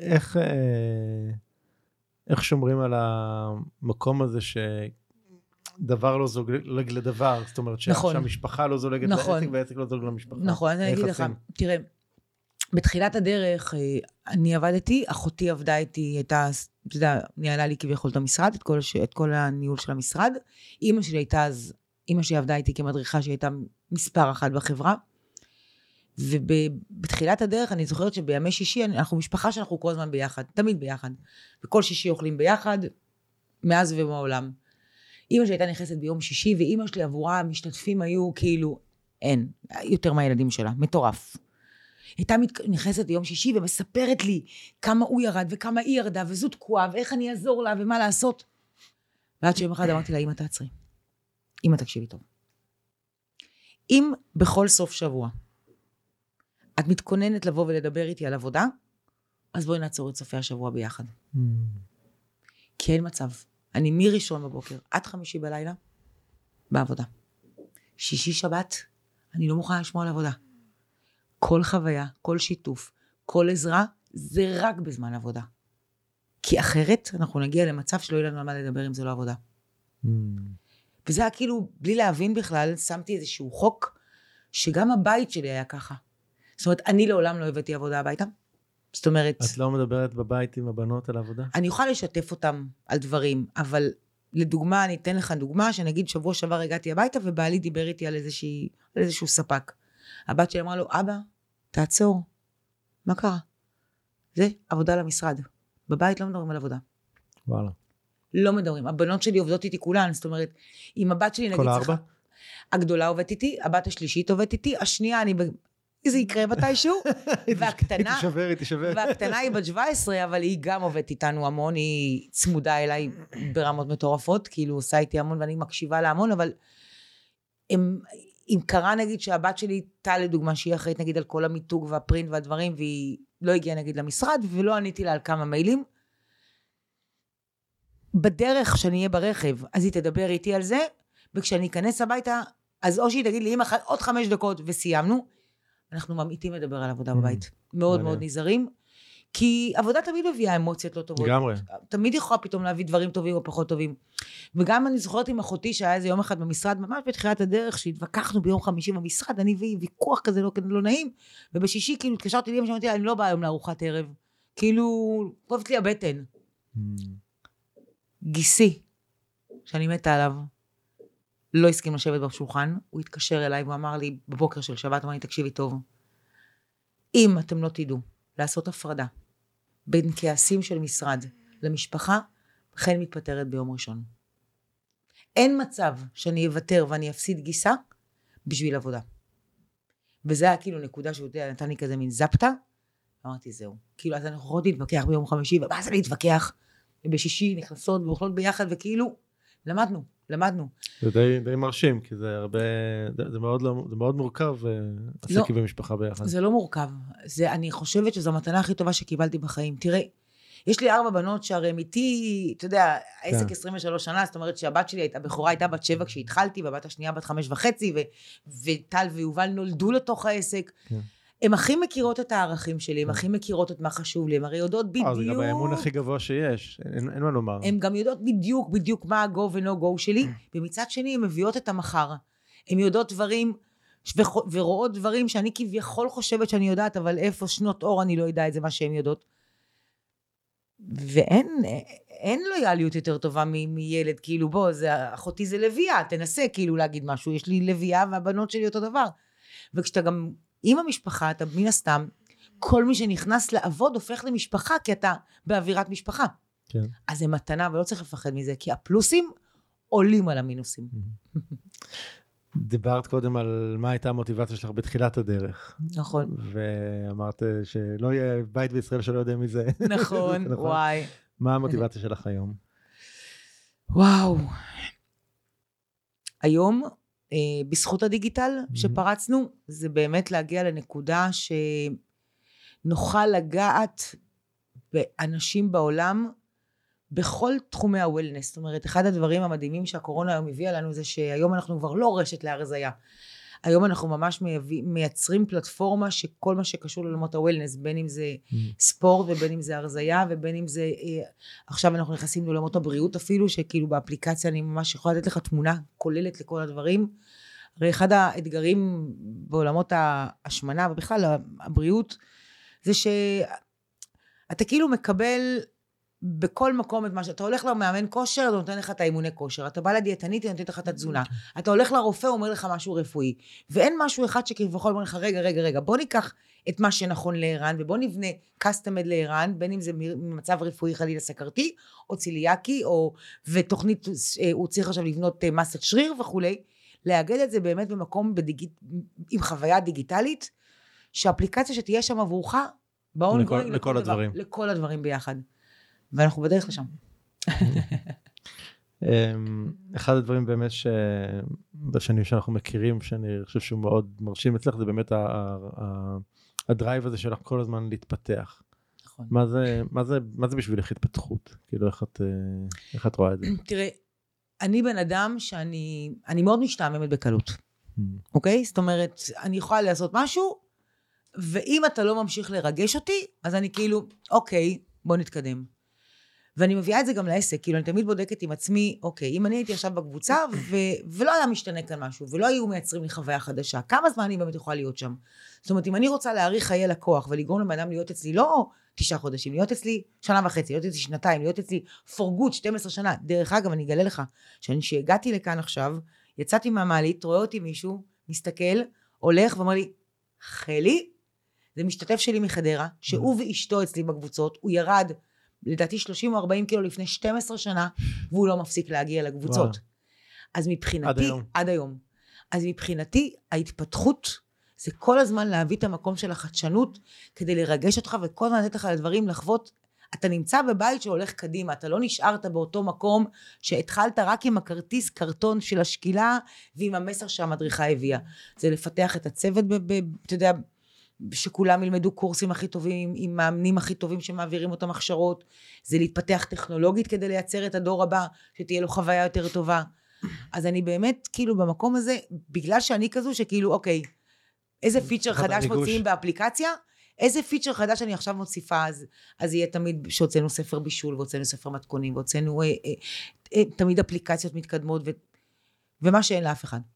איך שומרים על המקום הזה דבר לא זולג לדבר, זאת אומרת שהמשפחה לא זולגת לעסק והעסק לא זולג למשפחה. נכון, אני אגיד לך, תראה, בתחילת הדרך אני עבדתי, אחותי עבדה איתי, אתה יודע, ניהלה לי כביכול את המשרד, את כל הניהול של המשרד. אמא שלי עבדה איתי כמדריכה שהייתה מספר אחת בחברה, ובתחילת הדרך אני זוכרת שבימי שישי אנחנו משפחה שאנחנו כל הזמן ביחד, תמיד ביחד, וכל שישי אוכלים ביחד, מאז ומעולם. אמא שלי הייתה נכנסת ביום שישי, ואמא שלי עבורה המשתתפים היו כאילו, אין, יותר מהילדים שלה, מטורף. הייתה נכנסת ביום שישי ומספרת לי כמה הוא ירד וכמה היא ירדה, וזו תקועה, ואיך אני אעזור לה ומה לעשות. ועד שיום אחד אמרתי לה, אמא תעצרי, אמא תקשיבי טוב. אם בכל סוף שבוע את מתכוננת לבוא ולדבר איתי על עבודה, אז בואי נעצור את סופי השבוע ביחד. כי אין מצב. אני מראשון בבוקר עד 5 בלילה בעבודה. שישי שבת, אני לא מוכנה לשמוע על עבודה. כל חוויה, כל שיתוף, כל עזרה, זה רק בזמן עבודה. כי אחרת אנחנו נגיע למצב שלא יהיה לנו על מה לדבר אם זה לא עבודה. וזה היה כאילו, בלי להבין בכלל, שמתי איזשהו חוק, שגם הבית שלי היה ככה. זאת אומרת, אני לעולם לא הבאתי עבודה הביתה. זאת אומרת... את לא מדברת בבית עם הבנות על העבודה? אני אוכל לשתף אותם על דברים, אבל לדוגמה, אני אתן לך דוגמה, שנגיד שבוע שעבר הגעתי הביתה, ובעלי דיבר איתי על איזשהו ספק. הבת שלי אמרה לו, אבא, תעצור. מה קרה? זה עבודה למשרד. בבית לא מדברים על עבודה. וואלה. לא מדברים. הבנות שלי עובדות איתי כולן, זאת אומרת, אם הבת שלי נגיד... כל 4? הגדולה עובדת איתי, הבת השלישית עובדת איתי, השנייה אני... זה יקרה מתישהו, והקטנה... והקטנה היא בת 17, אבל היא גם עובדת איתנו המון, היא צמודה אליי ברמות מטורפות, כאילו עושה איתי המון ואני מקשיבה לה המון, אבל אם קרה נגיד שהבת שלי טל לדוגמה, שהיא אחראית נגיד על כל המיתוג והפרינט והדברים, והיא לא הגיעה נגיד למשרד, ולא עניתי לה על כמה מיילים, בדרך שאני אהיה ברכב, אז היא תדבר איתי על זה, וכשאני אכנס הביתה, אז או שהיא תגיד לי, אמא, עוד 5 דקות וסיימנו, אנחנו ממעיטים לדבר על עבודה בבית. מאוד מאוד נזהרים, כי עבודה תמיד מביאה אמוציות לא טובות. לגמרי. תמיד יכולה פתאום להביא דברים טובים או פחות טובים. וגם אני זוכרת עם אחותי שהיה איזה יום אחד במשרד, ממש בתחילת הדרך, שהתווכחנו ביום חמישי במשרד, אני והיא, ויכוח כזה לא נעים, ובשישי כאילו התקשרתי לי, שאמרתי לה, אני לא באה היום לארוחת ערב. כאילו, כואבת לי הבטן. גיסי, שאני מתה עליו, לא הסכים לשבת בשולחן, הוא התקשר אליי ואמר לי בבוקר של שבת, אמר לי, תקשיבי טוב, אם אתם לא תדעו לעשות הפרדה בין כעסים של משרד למשפחה, לכן מתפטרת ביום ראשון. אין מצב שאני אוותר ואני אפסיד גיסה בשביל עבודה. וזה היה כאילו נקודה שהוא נתן לי כזה מין זפטה, אמרתי זהו. כאילו אז אנחנו יכולות להתווכח ביום חמישי, ומה זה להתווכח? ובשישי נכנסות ואוכלות ביחד, וכאילו למדנו. זה די מרשים, כי זה הרבה, זה מאוד מורכב, עסקי במשפחה ביחד. זה לא מורכב. אני חושבת שזו המתנה הכי טובה שקיבלתי בחיים. תראה, יש לי 4 בנות שהרי איתי, אתה יודע, העסק 23 שנה, זאת אומרת שהבת שלי, הבכורה הייתה בת 7 כשהתחלתי, והבת השנייה בת 5.5, וטל ויובל נולדו לתוך העסק. הן הכי מכירות את הערכים שלי, הן הכי מכירות את מה חשוב לי, הן הרי יודעות בדיוק... זה גם האמון הכי גבוה שיש, אין מה לומר. הן גם יודעות בדיוק מה ה-go ו-no-go שלי, ומצד שני הן מביאות את המחר. הן יודעות דברים, ורואות דברים שאני כביכול חושבת שאני יודעת, אבל איפה שנות אור אני לא יודע את זה מה שהן יודעות. ואין לויאליות יותר טובה מילד, כאילו בוא, אחותי זה לביאה, תנסה כאילו להגיד משהו, יש לי לביאה והבנות שלי אותו דבר. וכשאתה גם... עם המשפחה, אתה מן הסתם, כל מי שנכנס לעבוד הופך למשפחה, כי אתה באווירת משפחה. כן. אז זה מתנה, ולא צריך לפחד מזה, כי הפלוסים עולים על המינוסים. דיברת קודם על מה הייתה המוטיבציה שלך בתחילת הדרך. נכון. ואמרת שלא יהיה בית בישראל שלא יודע מזה. נכון, וואי. מה המוטיבציה שלך היום? וואו. היום... בזכות הדיגיטל שפרצנו, זה באמת להגיע לנקודה שנוכל לגעת באנשים בעולם בכל תחומי הוולנס. זאת אומרת, אחד הדברים המדהימים שהקורונה היום הביאה לנו זה שהיום אנחנו כבר לא רשת להרזיה. היום אנחנו ממש מייצרים פלטפורמה שכל מה שקשור לעולמות הוולנס, בין אם זה ספורט ובין אם זה הרזייה ובין אם זה, עכשיו אנחנו נכנסים לעולמות הבריאות אפילו, שכאילו באפליקציה אני ממש יכולה לתת לך תמונה כוללת לכל הדברים. הרי אחד האתגרים בעולמות ההשמנה ובכלל הבריאות, זה שאתה כאילו מקבל בכל מקום את מה שאתה הולך למאמן כושר, אתה נותן לך את האימוני כושר, אתה בא לדיאטנית, היא נותנת לך את התזונה, אתה הולך לרופא, הוא אומר לך משהו רפואי, ואין משהו אחד שכביכול אומר לך, רגע, בוא ניקח את מה שנכון לערן, ובוא נבנה קסטמד לערן, בין אם זה ממצב רפואי חלילה סכרתי, או ציליאקי, ותוכנית, הוא צריך עכשיו לבנות מסת שריר וכולי, להגד את זה באמת במקום עם חוויה דיגיטלית, שהאפליקציה שתהיה שם עבורך, לכל הדברים ביחד. ואנחנו בדרך לשם. אחד הדברים באמת שבשנים שאנחנו מכירים, שאני חושב שהוא מאוד מרשים אצלך, זה באמת הדרייב הזה שלך כל הזמן להתפתח. נכון. מה זה בשבילך התפתחות? כאילו איך את רואה את זה? תראה, אני בן אדם שאני מאוד משתעממת בקלות. אוקיי? זאת אומרת, אני יכולה לעשות משהו, ואם אתה לא ממשיך לרגש אותי, אז אני כאילו, אוקיי, בוא נתקדם. ואני מביאה את זה גם לעסק, כאילו אני תמיד בודקת עם עצמי, אוקיי, אם אני הייתי עכשיו בקבוצה, ולא היה משתנה כאן משהו, ולא היו מייצרים לי חוויה חדשה, כמה זמן אני באמת יכולה להיות שם? זאת אומרת, אם אני רוצה להאריך חיי לקוח, ולגרום לבן אדם להיות אצלי, לא 9 חודשים, להיות אצלי 1.5 שנה, להיות אצלי 2 להיות אצלי for good 12 שנה. דרך אגב, אני אגלה לך, שהגעתי לכאן עכשיו, יצאתי מהמעלית, רואה אותי מישהו, מסתכל, הולך ואומר לי, חלי, זה משתתף שלי מחדרה, שהוא ואשתו אצלי בקבוצות, הוא ירד לדעתי 30 או 40 קילו לפני 12 שנה, והוא לא מפסיק להגיע לקבוצות. אז מבחינתי, עד היום. אז מבחינתי, ההתפתחות, זה כל הזמן להביא את המקום של החדשנות, כדי לרגש אותך, וכל הזמן לתת לך לדברים לחוות. אתה נמצא בבית שהולך קדימה, אתה לא נשארת באותו מקום, שהתחלת רק עם הכרטיס קרטון של השקילה, ועם המסר שהמדריכה הביאה. זה לפתח את הצוות, אתה יודע, שכולם ילמדו קורסים הכי טובים, עם מאמנים הכי טובים שמעבירים אותם הכשרות, זה להתפתח טכנולוגית כדי לייצר את הדור הבא, שתהיה לו חוויה יותר טובה. אז אני באמת כאילו במקום הזה, בגלל שאני כזו שכאילו אוקיי, איזה פיצ'ר חדש מוציאים באפליקציה, איזה פיצ'ר חדש אני עכשיו מוסיפה, אז יהיה תמיד שהוצאנו ספר בישול, והוצאנו ספר מתכונים, והוצאנו תמיד אפליקציות מתקדמות, ומה שאין לאף אחד.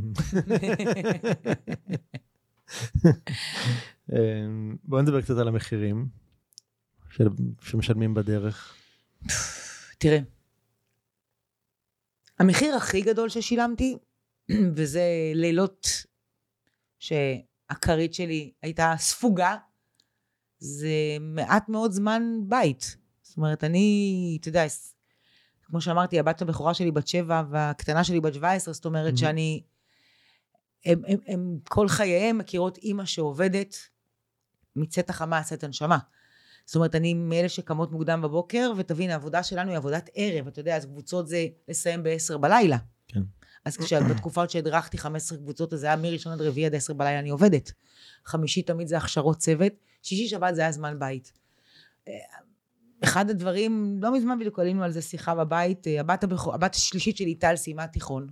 בואו נדבר קצת על המחירים שמשלמים בדרך. תראה, המחיר הכי גדול ששילמתי, וזה לילות שהכרית שלי הייתה ספוגה, זה מעט מאוד זמן בית. זאת אומרת, אתה יודע, כמו שאמרתי, הבת הבכורה שלי בת 7, והקטנה שלי בת 17, זאת אומרת שאני, הם כל חייהם מכירות אימא שעובדת, מצאת החמה, עשת הנשמה. זאת אומרת, אני מאלה שקמות מוקדם בבוקר, ותבין, העבודה שלנו היא עבודת ערב, אתה יודע, אז קבוצות זה לסיים ב-10 בלילה. כן. אז בתקופות שהדרכתי 15 קבוצות, אז זה היה מראשון עד רביעי עד 10 בלילה, אני עובדת. חמישי תמיד זה הכשרות צוות, שישי שבת זה היה זמן בית. אחד הדברים, לא מזמן בדיוק עלינו על זה שיחה בבית, הבת השלישית שלי טל סיימה תיכון.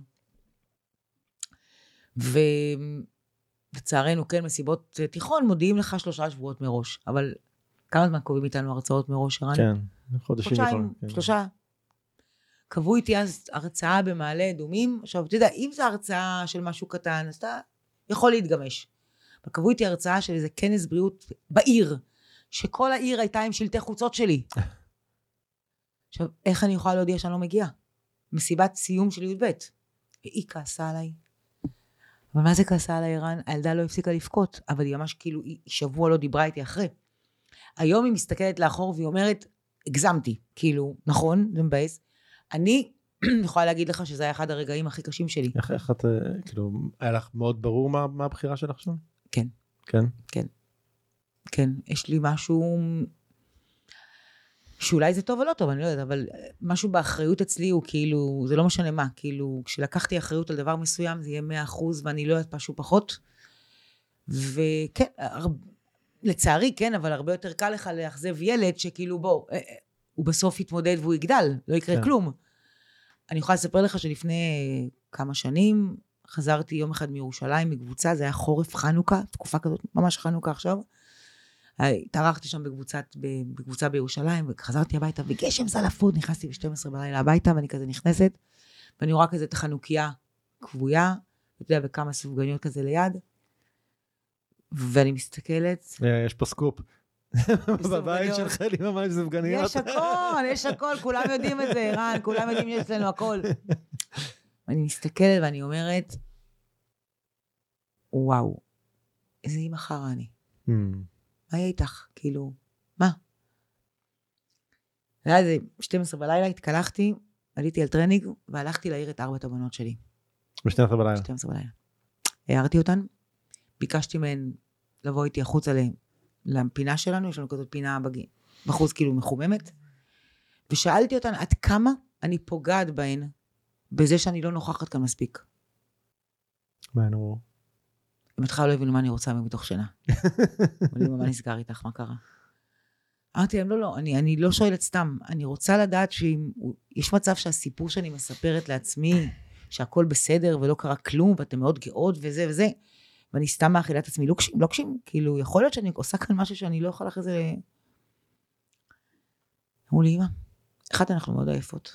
ולצערנו, כן, מסיבות תיכון, מודיעים לך 3 שבועות מראש, אבל כמה זמן קובעים איתנו הרצאות מראש, הרן? כן, חודשיים. 3. קבעו איתי אז הרצאה במעלה אדומים, עכשיו, אתה יודע, אם זו הרצאה של משהו קטן, אז אתה יכול להתגמש. אבל קבעו איתי הרצאה של איזה כנס בריאות בעיר, שכל העיר הייתה עם שלטי חוצות שלי. עכשיו, איך אני יכולה להודיע שאני לא מגיעה? מסיבת סיום של י"ב. והיא כעסה עליי. אבל מה זה כעסה עליי, רן? הילדה לא הפסיקה לפקוט, אבל היא ממש כאילו, היא שבוע לא דיברה איתי אחרי. היום היא מסתכלת לאחור והיא אומרת, הגזמתי, כאילו, נכון, זה מבאס. אני יכולה להגיד לך שזה היה אחד הרגעים הכי קשים שלי. איך את, כאילו, היה לך מאוד ברור מה הבחירה שלך שם? כן. כן? כן. כן, יש לי משהו, שאולי זה טוב או לא טוב, אני לא יודעת, אבל משהו באחריות אצלי הוא כאילו, זה לא משנה מה, כאילו, כשלקחתי אחריות על דבר מסוים, זה יהיה 100%, ואני לא יודעת משהו פחות. וכן, לצערי, כן, אבל הרבה יותר קל לך לאכזב ילד, שכאילו בוא, הוא בסוף יתמודד והוא יגדל, לא יקרה כלום. אני יכולה לספר לך שלפני כמה שנים, חזרתי יום אחד מירושלים, מקבוצה, זה היה חורף חנוכה, תקופה כזאת, ממש חנוכה עכשיו. התארחתי שם בקבוצה בירושלים, וחזרתי הביתה, וגשם זלפות, נכנסתי ב-12 בלילה הביתה, ואני כזה נכנסת, ואני רואה כזה את החנוכיה כבויה, אתה יודע, וכמה סופגניות כזה ליד, ואני מסתכלת. יש פה סקופ. בבית של חלי ממש סופגניות. יש הכל, כולם יודעים את זה, ערן, כולם יודעים שיש לנו הכל. ואני מסתכלת ואני אומרת, וואו, איזה אימא חרה אני. מה יהיה איתך? כאילו, מה? היה איזה 12 בלילה, התקלחתי, עליתי על טרנינג, והלכתי להעיר את 4 הבנות שלי. ב-12 בלילה? 12 בלילה. הערתי אותן, ביקשתי מהן לבוא איתי החוצה לפינה שלנו, יש לנו כזאת פינה בחוץ כאילו מחוממת, ושאלתי אותן עד כמה אני פוגעת בהן, בזה שאני לא נוכחת כאן מספיק. מה הן אמרו? הם התחילו לא הבינו מה אני רוצה מתוך שינה. אמרו, מה נסגר איתך, מה קרה? אמרתי להם, לא, אני לא שואלת סתם, אני רוצה לדעת שיש מצב שהסיפור שאני מספרת לעצמי, שהכל בסדר ולא קרה כלום, ואתם מאוד גאות וזה וזה, ואני סתם מאכילה את עצמי, לא קשים, כאילו, יכול להיות שאני עושה כאן משהו שאני לא יכולה אחרי זה... אמרו לי, אמא, 1, אנחנו מאוד עייפות.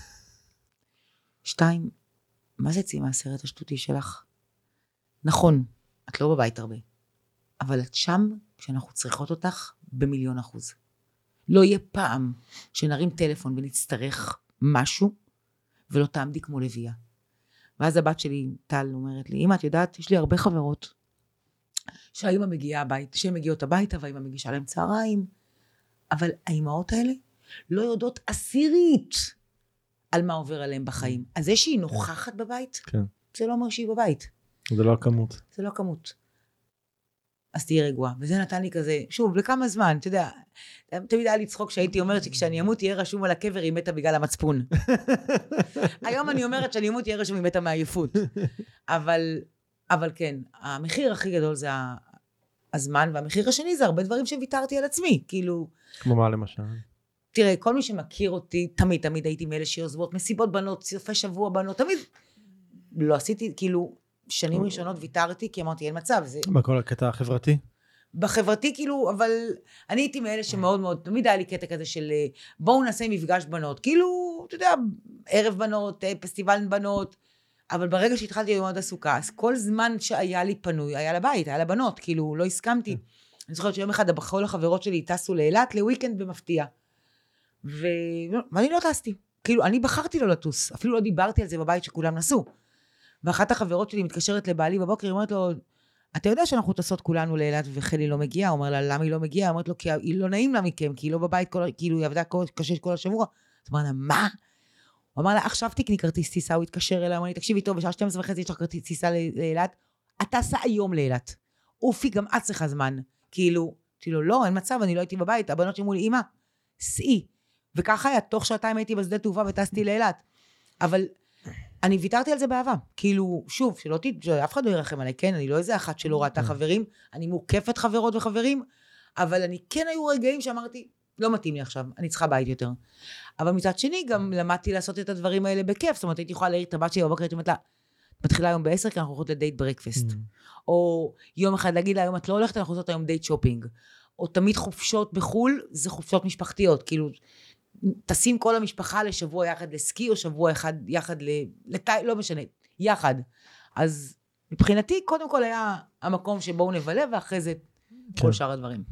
2, מה זה ציא מהסרט השטותי שלך? נכון, את לא בבית הרבה, אבל את שם כשאנחנו צריכות אותך ב1,000,000%. לא יהיה פעם שנרים טלפון ונצטרך משהו, ולא תעמדי כמו לביאה. ואז הבת שלי, טל, אומרת לי, אמא, את יודעת, יש לי הרבה חברות, שהאמא מגיעה הבית, שהן מגיעות הביתה, והאמא מגישה להם צהריים, אבל האמהות האלה לא יודעות עשירית על מה עובר עליהם בחיים. אז זה שהיא נוכחת בבית, זה לא אומר שהיא בבית. זה לא הכמות. זה לא הכמות. אז תהיה רגועה. וזה נתן לי כזה, שוב, לכמה זמן, אתה יודע, תמיד היה לי צחוק שהייתי אומרת שכשאני אמות תהיה רשום על הקבר, היא מתה בגלל המצפון. היום אני אומרת שאני אמות תהיה רשום, היא מתה מעייפות. אבל כן, המחיר הכי גדול זה הזמן, והמחיר השני זה הרבה דברים שוויתרתי על עצמי, כאילו... כמו מה למשל? תראה, כל מי שמכיר אותי, תמיד הייתי מאלה שיוזבות, מסיבות בנות, סופי שבוע בנות, תמיד לא עשיתי, כאילו, שנים ראשונות ויתרתי, כי אמרתי, אין מצב. בכל הקטע החברתי? בחברתי, כאילו, אבל אני הייתי מאלה שמאוד מאוד, תמיד היה לי קטע כזה של, בואו נעשה מפגש בנות, כאילו, אתה יודע, ערב בנות, פסטיבל בנות, אבל ברגע שהתחלתי להיות מאוד עסוקה, אז כל זמן שהיה לי פנוי, היה לבית, היה לבנות, כאילו, לא הסכמתי. אני זוכרת שיום אחד, כל החברות שלי טסו לאילת, לוויקנד במפתיע. ואני לא טסתי. כאילו, אני בחרתי לא לטוס. אפילו לא דיברתי על זה בבית שכולם נסו. ואחת החברות שלי מתקשרת לבעלי בבוקר, היא אומרת לו, אתה יודע שאנחנו טסות כולנו לאילת וחלי לא מגיעה? הוא אומר לה, למה היא לא מגיעה? היא אומרת לו, כי היא לא נעים לה מכם, כי היא לא בבית, כאילו היא עבדה קשה כל השבוע. זאת אומרת, מה? הוא אמר לה, עכשיו תקני כרטיס טיסה, הוא התקשר אליה, הוא אמר לי, תקשיבי טוב, בשעה 12:30 יש לך כרטיס טיסה לאילת, אתה טסה היום לאילת. אופי, גם את צריכה זמן. כאילו, לא, אין מצב, אני לא הייתי בבית. הבנות שאמרו לי, אמא, סעי. וככה היה, תוך 2 הייתי בשדה תעופה וטסתי לאילת. אבל אני ויתרתי על זה באהבה. כאילו, שוב, שאף אחד לא ירחם עליי, כן, אני לא איזה אחת שלא ראתה חברים, אני מוקפת חברות וחברים, אבל אני כן היו רגעים שאמרתי, לא מתאים לי עכשיו, אני צריכה בית יותר. אבל מצד שני, גם למדתי לעשות את הדברים האלה בכיף, זאת אומרת, הייתי יכולה להעיר את הבת שלי בבוקר, הייתי אומרת לה, מתחילה היום ב10, כי אנחנו הולכות לדייט ברקפסט. או יום אחד להגיד לה, היום את לא הולכת, אנחנו עושות היום דייט שופינג. או תמיד חופשות בחול, זה חופשות משפחתיות, כאילו, טסים כל המשפחה לשבוע יחד לסקי, או שבוע אחד יחד לא משנה, יחד. אז מבחינתי, קודם כל היה המקום שבו נבלה, ואחרי זה כל שאר הדברים.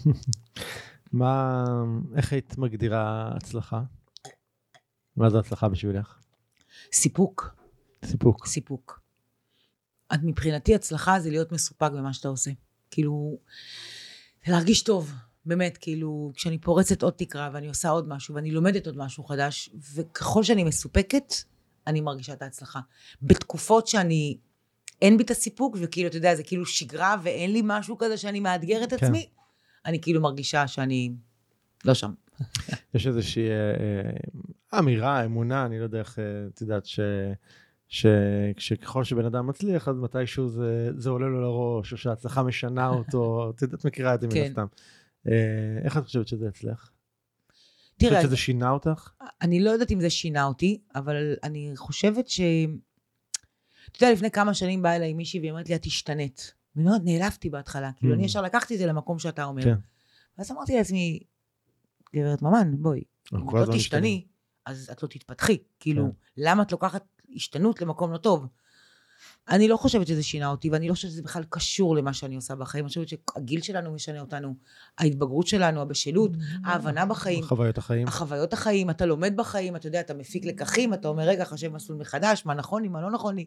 איך היית מגדירה הצלחה? מה זה הצלחה בשבילך? סיפוק. סיפוק. סיפוק. מבחינתי הצלחה זה להיות מסופק במה שאתה עושה. כאילו, להרגיש טוב. באמת, כאילו, כשאני פורצת עוד תקרה, ואני עושה עוד משהו, ואני לומדת עוד משהו חדש, וככל שאני מסופקת, אני מרגישה את ההצלחה. בתקופות שאני, אין בי את הסיפוק, וכאילו, אתה יודע, זה כאילו שגרה, ואין לי משהו כזה שאני מאתגר את עצמי, אני כאילו מרגישה שאני לא שם. יש איזושהי אמירה, אמונה, אני לא יודע איך, את יודעת, שככל שבן אדם מצליח, אז מתישהו זה עולה לו לראש, או שההצלחה משנה אותו, את יודעת, מכירה את זה מן הסתם. איך את חושבת שזה אצלך? תראה, חושבת שזה שינה אותך? אני לא יודעת אם זה שינה אותי, אבל אני חושבת אתה יודע, לפני כמה שנים באה אליי מישהי, והיא אומרת לי, את השתנית. ומאוד נעלבתי בהתחלה, כאילו אני ישר לקחתי את זה למקום שאתה אומר. ואז אמרתי לעצמי, גברת ממן, בואי, אם את לא תשתני, אז את לא תתפתחי. כאילו, למה את לוקחת השתנות למקום לא טוב? אני לא חושבת שזה שינה אותי, ואני לא חושבת שזה בכלל קשור למה שאני עושה בחיים. אני חושבת שהגיל שלנו משנה אותנו, ההתבגרות שלנו, הבשלות, ההבנה בחיים. החוויות החיים, אתה לומד בחיים, אתה יודע, אתה מפיק לקחים, אתה אומר, רגע, חשב מסלול מחדש, מה נכון לי, מה לא נכון לי.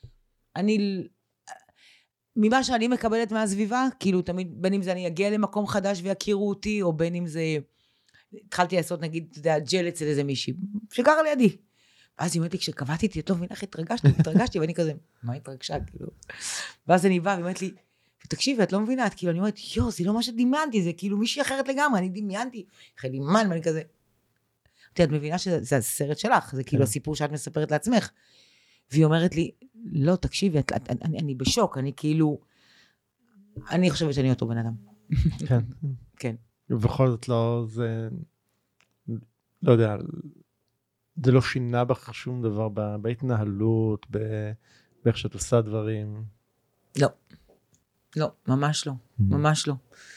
ממה שאני מקבלת מהסביבה, כאילו תמיד, בין אם זה אני אגיע למקום חדש ויכירו אותי, או בין אם זה, התחלתי לעשות נגיד, אתה יודע, ג'ל אצל איזה מישהי, שגרה לידי. ואז היא אומרת לי, כשקבעתי את לא מבינה איך התרגשתי, ואני כזה, מה התרגשה, כאילו? ואז אני באה, והיא אומרת לי, תקשיבי, את לא מבינה, כאילו, אני אומרת, זה לא מה שדמיינתי, זה כאילו מישהי אחרת לגמרי, אני דמיינתי, אחרי דמיין, ואני כזה, את מבינה שזה הסרט שלך, זה כאילו הסיפור שאת מספרת לעצמך. והיא אומרת לי, לא, תקשיבי, אני בשוק, אני כאילו, אני חושבת שאני אותו בן אדם. כן. כן. ובכל זאת לא, זה, לא יודע, זה לא שינה בך שום דבר בהתנהלות, באיך שאת עושה דברים. לא. לא, ממש לא. ממש לא.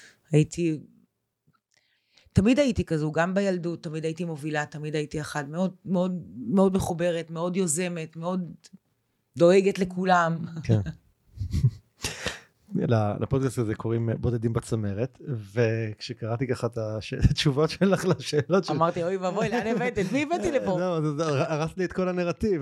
תמיד הייתי כזו, גם בילדות, תמיד הייתי מובילה, תמיד הייתי אחת, מאוד, מאוד, מאוד מחוברת, מאוד יוזמת, מאוד דואגת לכולם. כן. לפודקאסט הזה קוראים בודדים בצמרת, וכשקראתי ככה את התשובות שלך לשאלות שלי, אמרתי, אוי ובואי, לאן הבאת? את מי הבאתי לפה? לא, הרס לי את כל הנרטיב.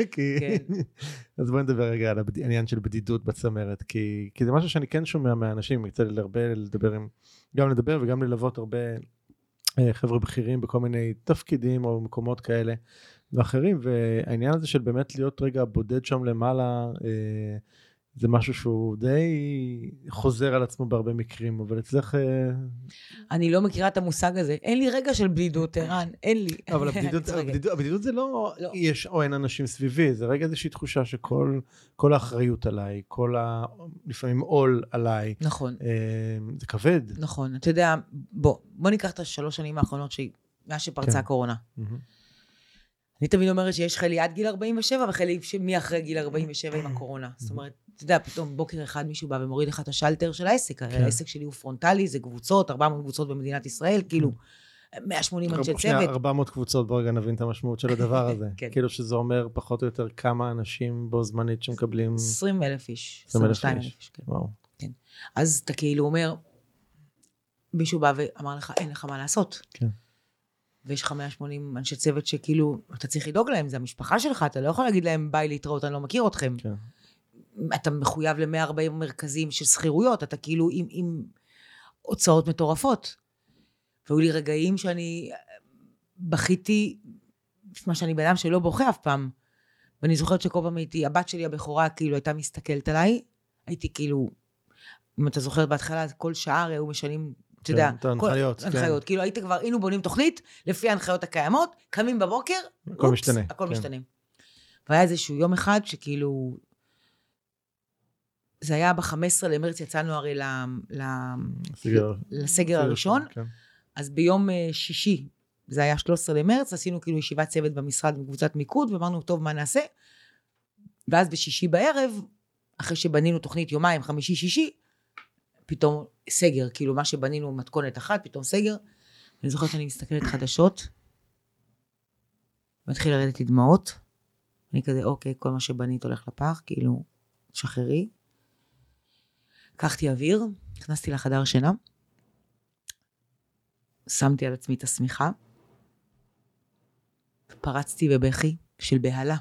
אז בואי נדבר רגע על העניין של בדידות בצמרת, כי זה משהו שאני כן שומע מהאנשים, יצא לי הרבה לדבר, גם לדבר וגם ללוות הרבה חבר'ה בכירים בכל מיני תפקידים או מקומות כאלה ואחרים, והעניין הזה של באמת להיות רגע בודד שם למעלה, זה משהו שהוא די חוזר על עצמו בהרבה מקרים, אבל אצלך... אני לא מכירה את המושג הזה. אין לי רגע של בדידות, ערן, אין לי. אבל הבדידות זה לא יש או אין אנשים סביבי, זה רגע איזושהי תחושה שכל האחריות עליי, לפעמים עול עליי. נכון. זה כבד. נכון, אתה יודע, בוא ניקח את 3 שנים האחרונות, מאז שפרצה הקורונה. אני תמיד אומרת שיש חלי עד גיל 47, וחלי מי אחרי גיל 47 עם הקורונה. זאת אומרת, אתה יודע, פתאום בוקר אחד מישהו בא ומוריד לך את השלטר של העסק. העסק שלי הוא פרונטלי, זה קבוצות, 400 קבוצות במדינת ישראל, כאילו 180 אנשי צוות. 400 קבוצות, בוא רגע נבין את המשמעות של הדבר הזה. כאילו שזה אומר פחות או יותר כמה אנשים בו זמנית שמקבלים... 20,000 איש, 22,000 איש. וואו. כן. אז אתה כאילו אומר, מישהו בא ואמר לך, אין לך מה לעשות. כן. ויש לך 180 אנשי צוות שכאילו, אתה צריך לדאוג להם, זה המשפחה שלך, אתה לא יכול להגיד להם, ביי להתראות, אני לא מכיר אתכם. כן. אתה מחויב ל-140 מרכזים של שכירויות, אתה כאילו עם הוצאות מטורפות. והיו לי רגעים שאני בכיתי, מה שאני בן אדם שלא בוכה אף פעם, ואני זוכרת שכל פעם הייתי, הבת שלי הבכורה כאילו הייתה מסתכלת עליי, הייתי כאילו, אם אתה זוכרת בהתחלה, כל שעה היו משנים, אתה יודע, הנחיות, כאילו הייתי כבר, היינו בונים תוכנית, לפי ההנחיות הקיימות, קמים בבוקר, הכל משתנה. והיה איזשהו יום אחד שכאילו, זה היה ב-15 למרץ, יצאנו הרי לסגר הראשון, אז ביום שישי, זה היה 13 למרץ, עשינו כאילו ישיבת צוות במשרד בקבוצת מיקוד, ואמרנו, טוב, מה נעשה? ואז בשישי בערב, אחרי שבנינו תוכנית יומיים, חמישי, שישי, פתאום סגר, כאילו מה שבנינו מתכונת אחת, פתאום סגר. אני זוכרת שאני מסתכלת חדשות, מתחיל לרדת דמעות, אני כזה, אוקיי, כל מה שבנית הולך לפח, כאילו, שחררי. לקחתי אוויר, נכנסתי לחדר שינה, שמתי על עצמי את השמיכה, פרצתי בבכי של בהלה.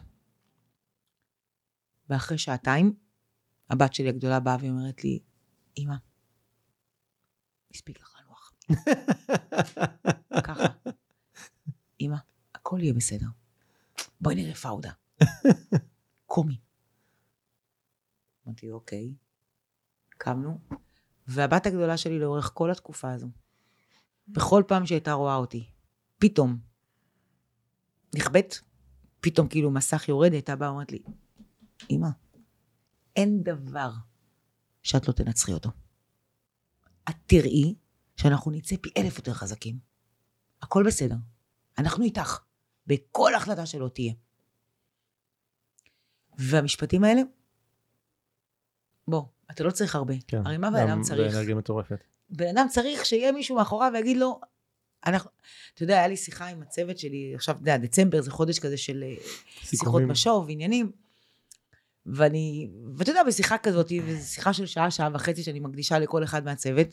ואחרי שעתיים, הבת שלי הגדולה באה ואומרת לי, אמא, הספיק לך לנוח. ככה. אמא, הכל יהיה בסדר. בואי נראה פאודה. קומי. אמרתי, אוקיי. קמנו. והבת הגדולה שלי לאורך כל התקופה הזו, בכל פעם שהייתה רואה אותי, פתאום, נכבט, פתאום כאילו מסך יורד, הייתה באה ואומרת לי, אמא, אין דבר שאת לא תנצחי אותו. את תראי שאנחנו נצא פי 1000 יותר חזקים. הכל בסדר. אנחנו איתך. בכל החלטה שלא תהיה. והמשפטים האלה, בוא, אתה לא צריך הרבה. כן. הרי מה בן אדם צריך? באנרגיה מטורפת. בן אדם צריך שיהיה מישהו מאחוריו ויגיד לו, אתה יודע, היה לי שיחה עם הצוות שלי, עכשיו, אתה יודע, דצמבר זה חודש כזה של שיחות משוב, עניינים, ואתה יודע, בשיחה כזאת, וזו שיחה של שעה, שעה וחצי, שאני מקדישה לכל אחד מהצוות,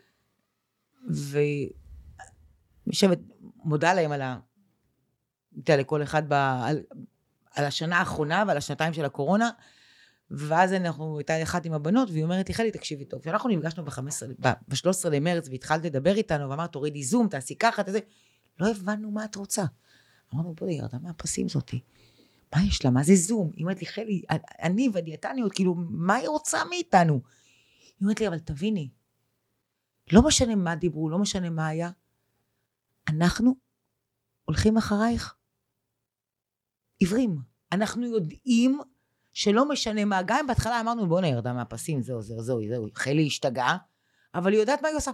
ויושבת, מודה להם לכל אחד על השנה האחרונה ועל השנתיים של הקורונה, ואז הייתה אחת עם הבנות, והיא אומרת לי, חלי, תקשיבי טוב, כשאנחנו נפגשנו ב-13 למרץ, והתחלת לדבר איתנו, ואמרת, תורידי זום, תעשי ככה, לא הבנו מה את רוצה. אמרנו, בואי, ירדה מהפסים זאתי. מה יש לה? מה זה זום? היא אומרת לי, חלי, אני והדיאטניות, כאילו, מה היא רוצה מאיתנו? היא אומרת לי, אבל תביני, לא משנה מה דיברו, לא משנה מה היה, אנחנו הולכים אחרייך עיוורים. אנחנו יודעים שלא משנה מה, גם בהתחלה אמרנו, בוא נרדה מהפסים, זהו, חלי השתגעה, אבל היא יודעת מה היא עושה.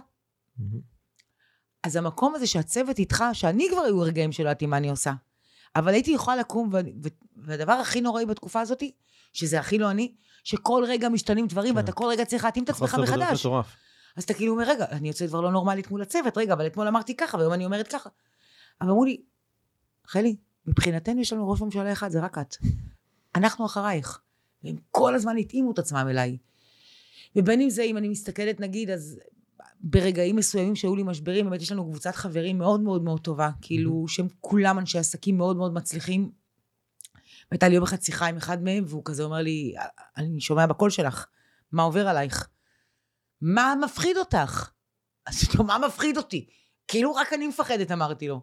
אז המקום הזה שהצוות איתך, שאני כבר היו רגעים שלא יודעתי מה אני עושה, אבל הייתי יכולה לקום, והדבר הכי נוראי בתקופה הזאת, שזה הכי לא אני, שכל רגע משתנים דברים, ואתה כל רגע צריך להתאים את עצמך מחדש. אז אתה כאילו אומר, רגע, אני יוצאת כבר לא נורמלית מול הצוות, רגע, אבל אתמול אמרתי ככה, והיום אני אומרת ככה. אבל אמרו לי, חלי, מבחינתנו יש לנו ראש ממשלה אחד, זה רק את. אנחנו אחרייך. והם כל הזמן התאימו את עצמם אליי. ובין אם זה, אם אני מסתכלת נגיד, אז ברגעים מסוימים שהיו לי משברים, באמת יש לנו קבוצת חברים מאוד מאוד מאוד טובה, כאילו שהם כולם אנשי עסקים מאוד מאוד מצליחים. והייתה לי יום אחד שיחה עם אחד מהם, והוא כזה אומר לי, אני שומע בקול שלך, מה עובר עלייך? מה מפחיד אותך? אז מה מפחיד אותי? כאילו רק אני מפחדת, אמרתי לו.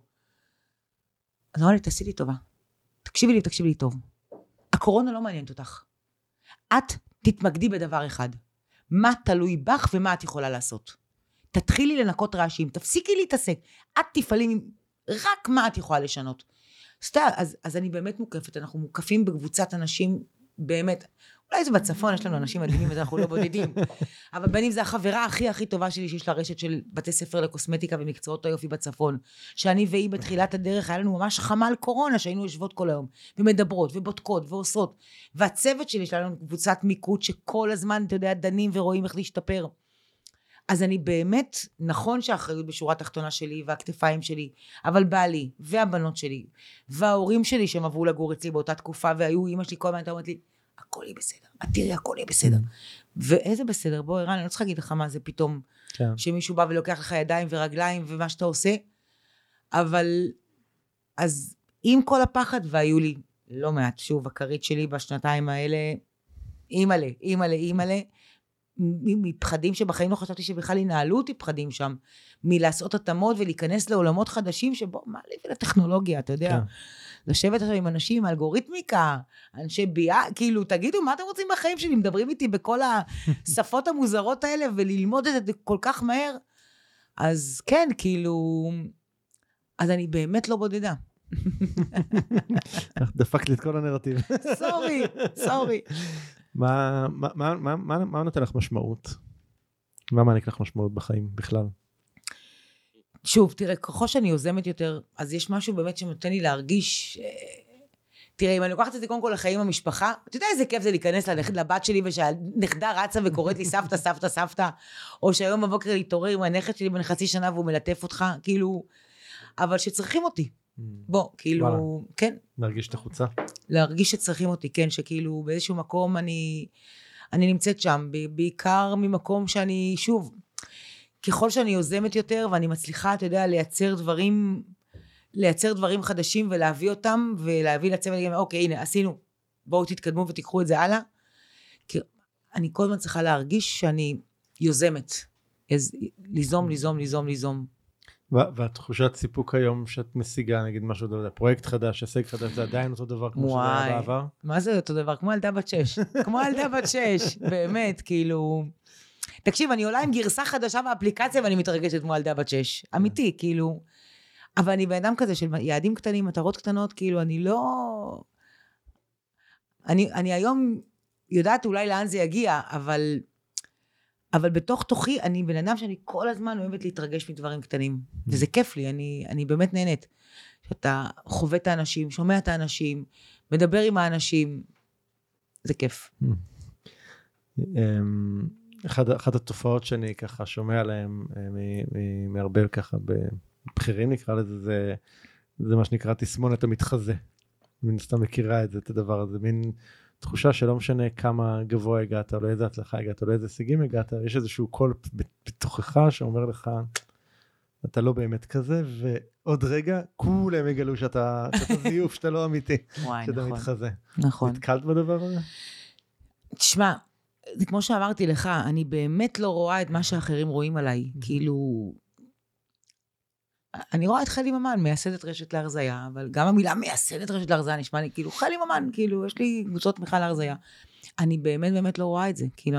אז אמר לי, תעשי לי טובה. תקשיבי לי טוב. הקורונה לא מעניינת אותך. את תתמקדי בדבר אחד. מה תלוי בך ומה את יכולה לעשות. תתחילי לנקות רעשים, תפסיקי להתעסק. את תפעלי רק מה את יכולה לשנות. אז אני באמת מוקפת, אנחנו מוקפים בקבוצת אנשים באמת, אולי זה בצפון, יש לנו אנשים מדהימים, אז אנחנו לא בודדים, אבל בין אם זה החברה הכי טובה שלי, שיש לה רשת של בתי ספר לקוסמטיקה ומקצועות היופי בצפון, שאני והיא בתחילת הדרך, היה לנו ממש חמל קורונה, שהיינו יושבות כל היום, ומדברות, ובודקות, ועושות, והצוות שלי, יש לנו קבוצת מיקוד, שכל הזמן, אתה יודע, דנים ורואים איך להשתפר, אז אני באמת, נכון שהאחריות בשורה התחתונה שלי, והכתפיים שלי, אבל בעלי, והבנות שלי, וההורים שלי, שהם עברו לגור אצלי באותה תקופה, והיו אמא שלי כל הזמן, אתה אומרת לי, הכל יהיה בסדר, את תראי, הכל יהיה בסדר. ואיזה בסדר, בוא ערן, אני לא צריכה להגיד לך מה זה פתאום, שמישהו בא ולוקח לך ידיים ורגליים, ומה שאתה עושה, אבל, אז עם כל הפחד, והיו לי לא מעט, שוב, הכרית שלי בשנתיים האלה, אימאלה, מפחדים שבחיים לא חשבתי שבכלל ינהלו אותי פחדים שם, מלעשות התאמות ולהיכנס לעולמות חדשים שבו, מה לי ולטכנולוגיה, אתה יודע, לשבת עכשיו עם אנשים, עם אלגוריתמיקה, אנשי ביאה, כאילו, תגידו, מה אתם רוצים בחיים שלי? מדברים איתי בכל השפות המוזרות האלה, וללמוד את זה כל כך מהר, אז כן, כאילו, אז אני באמת לא בודדה. דפקת לי את כל הנרטיב. סורי. מה נותן לך משמעות? מה מעניק לך משמעות בחיים בכלל? שוב, תראה, ככל שאני יוזמת יותר, אז יש משהו באמת שנותן לי להרגיש, תראה, אם אני לוקחת את זה קודם כל לחיים המשפחה, אתה יודע איזה כיף זה להיכנס לבת שלי, ושהנכדה רצה וקוראת לי סבתא, או שהיום בבוקר להתעורר עם הנכד שלי בן חצי שנה, והוא מלטף אותך, כאילו, אבל שצריכים אותי. בוא, כאילו, כן. להרגיש את החוצה? להרגיש שצריכים אותי, כן, שכאילו באיזשהו מקום אני נמצאת שם, בעיקר ממקום שאני, שוב, ככל שאני יוזמת יותר, ואני מצליחה, אתה יודע, לייצר דברים חדשים, ולהביא אותם, ולהביא לצוות, אוקיי, הנה, עשינו, בואו תתקדמו ותיקחו את זה הלאה, כי אני כל הזמן צריכה להרגיש שאני יוזמת, ליזום. והתחושת סיפוק היום שאת משיגה, נגיד משהו, פרויקט חדש, הישג חדש, זה עדיין אותו דבר כמו שזה היה בעבר? מה זה אותו דבר? כמו ילדה בת 6. באמת, כאילו... תקשיב, אני עולה עם גרסה חדשה באפליקציה, ואני מתרגשת כמו ילדה בת 6. אמיתי, כאילו... אבל אני באדם כזה של יעדים קטנים, מטרות קטנות, כאילו, אני לא... אני היום יודעת אולי לאן זה יגיע, אבל בתוך תוכי, אני בן אדם שאני כל הזמן אוהבת להתרגש מדברים קטנים, וזה כיף לי, אני באמת נהנית. שאתה חווה את האנשים, שומע את האנשים, מדבר עם האנשים, זה כיף. אחת התופעות שאני ככה שומע עליהן, מהרבה ככה בבחירים נקרא לזה, זה מה שנקרא תסמונת המתחזה. מן סתם מכירה את זה, את הדבר הזה, מין תחושה שלא משנה כמה גבוה הגעת, או לאיזה הצלחה הגעת, או לאיזה הישגים הגעת, יש איזשהו קול בתוכך שאומר לך, אתה לא באמת כזה, ועוד רגע, כולם יגלו שאתה זיוף, שאתה לא אמיתי, שאתה מתחזה. נכון. התקלת בדבר הזה? תשמע, זה כמו שאמרתי לך, אני באמת לא רואה את מה שאחרים רואים עליי, כאילו, אני רואה את חלי ממן, מייסדת רשת להרזיה, אבל גם המילה מייסדת רשת להרזיה נשמע לי, כאילו, חלי ממן, כאילו, יש לי קבוצות תמיכה להרזיה. אני באמת לא רואה את זה, כאילו,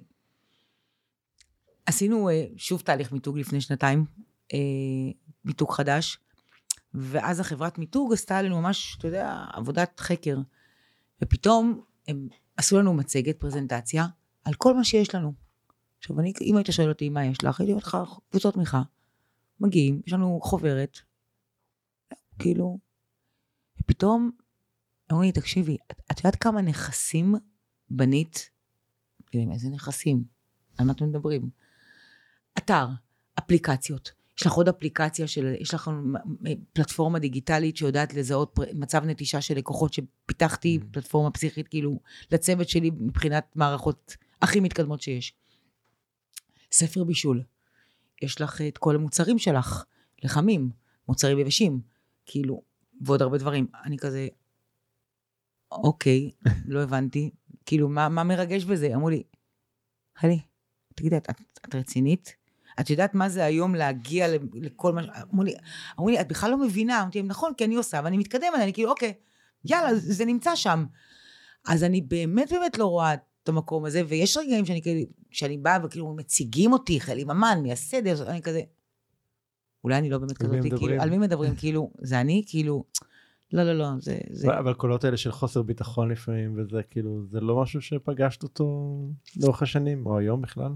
עשינו שוב תהליך מיתוג לפני 2 מיתוג חדש, ואז החברת מיתוג עשתה לנו ממש, אתה יודע, עבודת חקר, ופתאום הם עשו לנו מצגת, פרזנטציה, על כל מה שיש לנו. עכשיו, אם היית שואל אותי מה יש לך, הייתי אומרת לך קבוצות תמיכה, מגיעים, יש לנו חוברת, כאילו, ופתאום, אמרו לי, תקשיבי, את יודעת כמה נכסים בנית? איזה נכסים? על מה אתם מדברים? אתר, אפליקציות. יש לך עוד אפליקציה, יש לך פלטפורמה דיגיטלית שיודעת לזהות מצב נטישה של לקוחות, שפיתחתי פלטפורמה פסיכית, כאילו, לצוות שלי מבחינת מערכות הכי מתקדמות שיש. ספר בישול. יש לך את כל המוצרים שלך, לחמים, מוצרים יבשים, כאילו, ועוד הרבה דברים. אני כזה, אוקיי, לא הבנתי, כאילו, מה מרגש בזה? אמרו לי, חלי, תגידי, את רצינית? את יודעת מה זה היום להגיע לכל מה... אמרו לי, את בכלל לא מבינה. אמרתי, נכון, כי אני עושה, ואני מתקדמת, אני כאילו, אוקיי, יאללה, זה נמצא שם. אז אני באמת לא רואה את המקום הזה, ויש רגעים שאני באה וכאילו מציגים אותי, חלי ממן, מייסד, אני כזה, אולי אני לא באמת כזאת, כאילו, על מי מדברים? כאילו, זה אני? כאילו, לא, זה... אבל קולות האלה של חוסר ביטחון לפעמים, וזה כאילו, זה לא משהו שפגשת אותו לאורך השנים, או היום בכלל?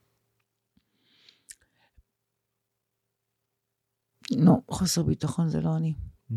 לא, חוסר ביטחון זה לא אני.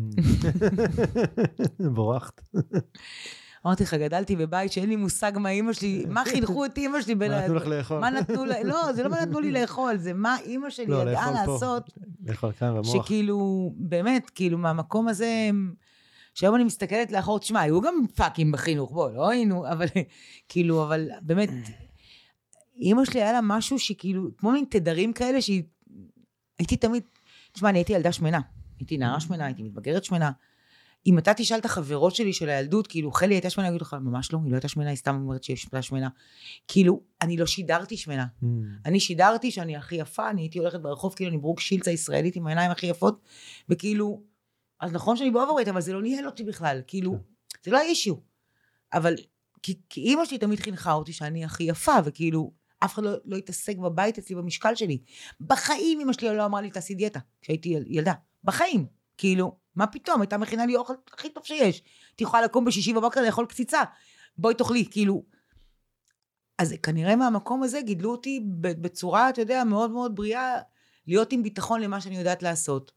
בורחת. אמרתי לך, גדלתי בבית שאין לי מושג מה אמא שלי, מה חינכו את אמא שלי? מה נתנו לך לאכול? לא, זה לא מה נתנו לי לאכול, זה מה אמא שלי ידעה לעשות. לאכול כאן במוח. שכאילו, באמת, כאילו, מהמקום הזה, שהיום אני מסתכלת לאחור, תשמע, היו גם פאקים בחינוך, בוא, לא היינו, אבל כאילו, אבל באמת, אמא שלי היה לה משהו שכאילו, כמו מין תדרים כאלה, שהייתי תמיד, תשמע, אני הייתי ילדה שמנה, הייתי נערה שמנה, הייתי מתבגרת שמנה, אם אתה תשאל את החברות שלי של הילדות, כאילו, חלי הייתה שמנה, אני אגיד לך, ממש לא, היא לא הייתה שמנה, היא סתם אומרת שהיא הייתה שמנה. כאילו, אני לא שידרתי שמנה. אני שידרתי שאני הכי יפה, אני הייתי הולכת ברחוב, כאילו, אני ברוק שילץ הישראלית עם העיניים הכי יפות, וכאילו, אז נכון שאני באוברווייט, אבל זה לא ניהל אותי בכלל, כאילו, זה לא האישיו. אבל, כי אמא שלי תמיד חינכה אותי שאני הכי יפה, וכאילו, אף אחד לא התעסק בבית אצלי במשקל שלי. בחיים אמא שלי לא אמרה לי, תעשי דיאטה, כשהייתי ילדה. בחיים. כאילו, מה פתאום? הייתה מכינה לי אוכל הכי טוב שיש. הייתי יכולה לקום בשישי בבוקר לאכול קציצה. בואי תאכלי, כאילו. אז כנראה מהמקום הזה גידלו אותי בצורה, אתה יודע, מאוד מאוד בריאה, להיות עם ביטחון למה שאני יודעת לעשות.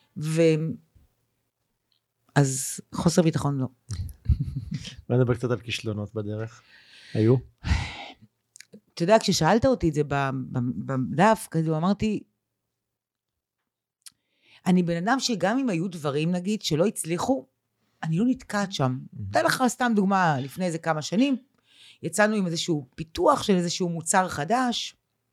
אז חוסר ביטחון לא. ונדבר קצת על כישלונות בדרך. היו? אתה יודע, כששאלת אותי את זה בדף, כאילו אמרתי, אני בן אדם שגם אם היו דברים, נגיד, שלא הצליחו, אני לא נתקעת שם. אתן לך סתם דוגמה, לפני איזה כמה שנים, יצאנו עם איזשהו פיתוח של איזשהו מוצר חדש,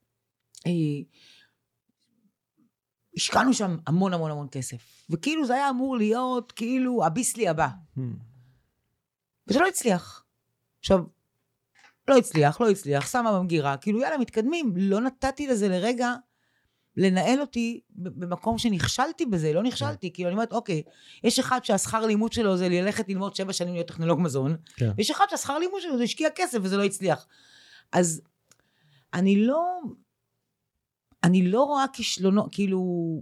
השקענו שם המון כסף, וכאילו זה היה אמור להיות, כאילו, הביסלי הבא. וזה לא הצליח. עכשיו, לא הצליח, שמה במגירה, כאילו יאללה, מתקדמים, לא נתתי לזה לרגע, לנהל אותי במקום שנכשלתי בזה, לא נכשלתי, כאילו אני אומרת, אוקיי, יש אחד שהשכר לימוד שלו זה ללכת ללמוד 7 שנים להיות טכנולוג מזון, ויש אחד שהשכר לימוד שלו זה השקיע כסף וזה לא הצליח. אז אני לא רואה כישלונות, כאילו,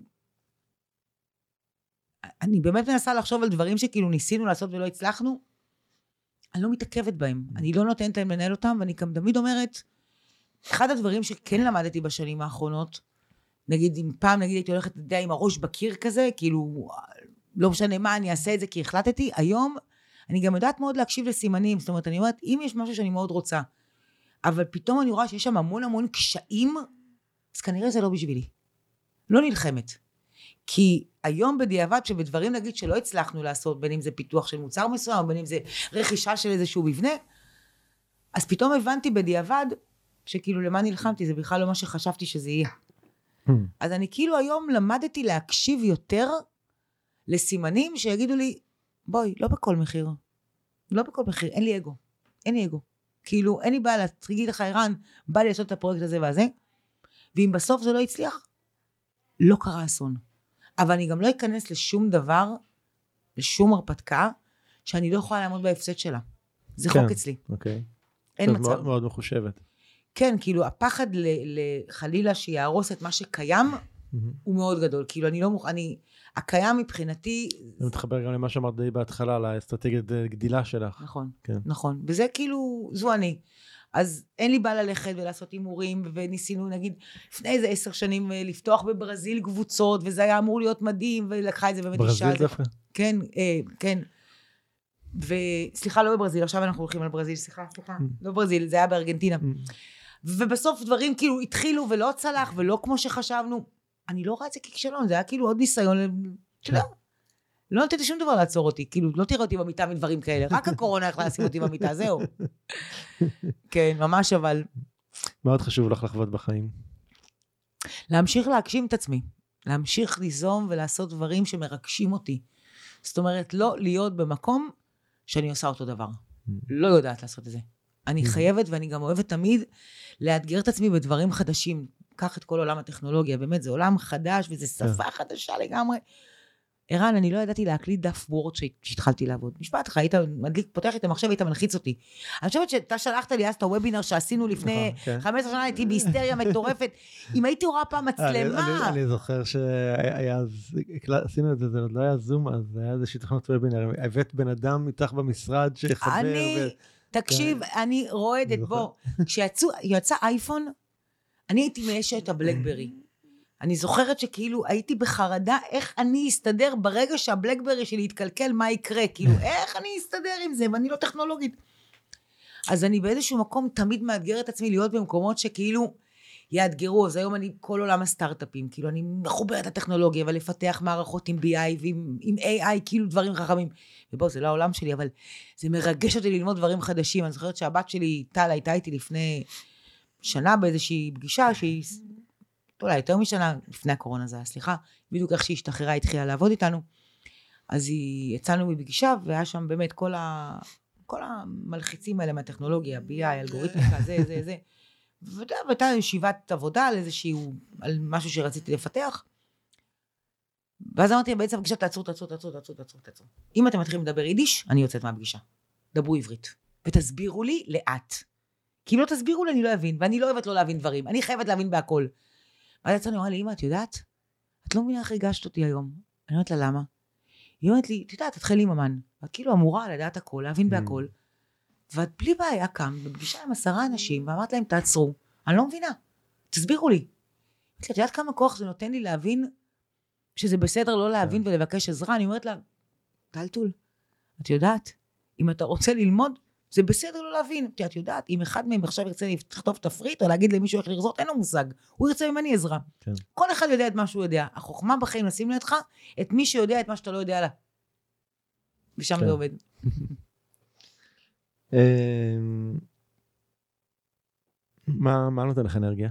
אני באמת מנסה לחשוב על דברים שכאילו ניסינו לעשות ולא הצלחנו, אני לא מתעכבת בהם, אני לא נותנת להם לנהל אותם, ואני גם תמיד אומרת, אחד הדברים שכן למדתי בשנים האחרונות, נגיד, אם פעם, נגיד, הייתי הולכת, עם הראש בקיר כזה, כאילו, לא משנה מה, אני אעשה את זה, כי החלטתי, היום, אני גם יודעת מאוד להקשיב לסימנים, זאת אומרת, אני אומרת, אם יש משהו שאני מאוד רוצה, אבל פתאום אני רואה שיש שם המון המון קשיים, אז כנראה זה לא בשבילי. לא נלחמת. כי היום בדיעבד שבדברים נגיד שלא הצלחנו לעשות, בין אם זה פיתוח של מוצר מסוים, או בין אם זה רכישה של איזשהו מבנה, אז פתאום הבנתי בדיעבד, שכאילו למה נלחמתי, זה בכלל לא מה שחשבתי שזה יהיה. אז אני כאילו היום למדתי להקשיב יותר לסימנים שיגידו לי, בואי, לא בכל מחיר. לא בכל מחיר, אין לי אגו. אין לי אגו. כאילו, אין לי בעיה להגיד לך, ערן, בא לי לעשות את הפרויקט הזה והזה, ואם בסוף זה לא הצליח, לא קרה אסון. אבל אני גם לא אכנס לשום דבר, לשום הרפתקה, שאני לא יכולה לעמוד בהפסד שלה. זה חוק אצלי. אוקיי. אין מצב. מאוד מאוד מחושבת. כן, כאילו, הפחד לחלילה שיהרוס את מה שקיים, הוא מאוד גדול. כאילו, אני לא הקיים מבחינתי... זה מתחבר גם למה שאמרת די בהתחלה, לאסטרטגיית גדילה שלך. נכון, נכון. וזה כאילו, זו אני. אז אין לי בעיה ללכת ולעשות הימורים, וניסינו נגיד לפני איזה 10 שנים לפתוח בברזיל קבוצות, וזה היה אמור להיות מדהים, ולקחה את זה באמת אישה. ברזיל דווקא? כן, כן. וסליחה, לא בברזיל, עכשיו אנחנו הולכים על ברזיל, סליחה, לא ברזיל, זה היה בארגנטינה. ובסוף דברים כאילו התחילו ולא צלח, ולא כמו שחשבנו. אני לא רואה את זה ככשלון, זה היה כאילו עוד ניסיון, לא נתתי שום דבר לעצור אותי, כאילו לא תראה אותי במיטה מדברים כאלה, רק הקורונה יכלה לשים אותי במיטה, זהו. כן, ממש אבל. מאוד חשוב לך לחוות בחיים. להמשיך להגשים את עצמי, להמשיך ליזום ולעשות דברים שמרגשים אותי. זאת אומרת, לא להיות במקום שאני עושה אותו דבר. לא יודעת לעשות את זה. אני חייבת ואני גם אוהבת תמיד לאתגר את עצמי בדברים חדשים. קח את כל עולם הטכנולוגיה, באמת זה עולם חדש וזה שפה חדשה לגמרי. ערן, אני לא ידעתי להקליט דף וורד שהתחלתי לעבוד. משפט לך, היית מדליק, פותח את המחשב, היית מלחיץ אותי. אני חושבת שאתה שלחת לי אז את הוובינר שעשינו לפני 15 שנה, הייתי בהיסטריה מטורפת. אם הייתי רואה פעם מצלמה... אני זוכר שהיה, עשינו את זה, זה עוד לא היה זום, אז היה איזושהי תוכנת וובינר, הבאת בן אדם איתך במשרד שיחבר... תקשיב, אני רועדת, בוא, כשיצא אייפון, אני הייתי מאשת הבלקברי. אני זוכרת שכאילו הייתי בחרדה איך אני אסתדר ברגע שהבלקברי שלי יתקלקל, מה יקרה, כאילו איך אני אסתדר עם זה, ואני לא טכנולוגית. אז אני באיזשהו מקום תמיד מאתגר את עצמי להיות במקומות שכאילו יאתגרו, אז היום אני כל עולם הסטארט-אפים, כאילו אני מחוברת לטכנולוגיה, אבל לפתח מערכות עם BI ועם AI, כאילו דברים חכמים. ובואו, זה לא העולם שלי, אבל זה מרגש אותי ללמוד דברים חדשים. אני זוכרת שהבת שלי, טל, הייתה איתי לפני שנה באיזושהי פגישה, שהיא, אולי יותר משנה, לפני הקורונה זה היה, סליחה, בדיוק איך שהיא השתחררה, התחילה לעבוד איתנו, אז יצאנו בפגישה, והיה שם באמת כל המלחיצים האלה מהטכנולוגיה, BI, אלגוריתמיקה, זה. והייתה ישיבת עבודה על משהו שרציתי לפתח, ואז אמרתי, בעצם הפגישה, תעצרו. אם אתם מתחילים לדבר יידיש, אני יוצאת מהפגישה. דברו עברית. ותסבירו לי לאט. כי אם לא תסבירו לי, אני לא אבין, ואני לא אוהבת לא להבין דברים. אני חייבת להבין בהכל. ואז יצאנו, אמרה לי, אמא, את יודעת? את לא מבינה איך ריגשת אותי היום. אני אומרת לה, למה? היא אומרת לי, את יודעת, תתחיל עם אמן. ואת כאילו אמורה לדעת הכל, להבין בהכל. ואת בלי בעיה קם, בפגישה עם 10 אנשים, ואמרת להם, תעצרו. אני לא מבינה. תסבירו לי. את יודעת כמה כוח זה נותן לי להבין שזה בסדר לא להבין ולבקש עזרה? אני אומרת לה, טלטול, את יודעת, אם אתה רוצה ללמוד, זה בסדר לא להבין. את יודעת, אם אחד מהם עכשיו ירצה לכתוב תפריט, או להגיד למישהו איך לרזות, אין לו מושג. הוא ירצה ממני עזרה. כן. כל אחד יודע את מה שהוא יודע. החוכמה בחיים לשים לידך, את מי שיודע את מה שאתה לא יודע לה. ושם זה עובד. מה נותן לך אנרגיה?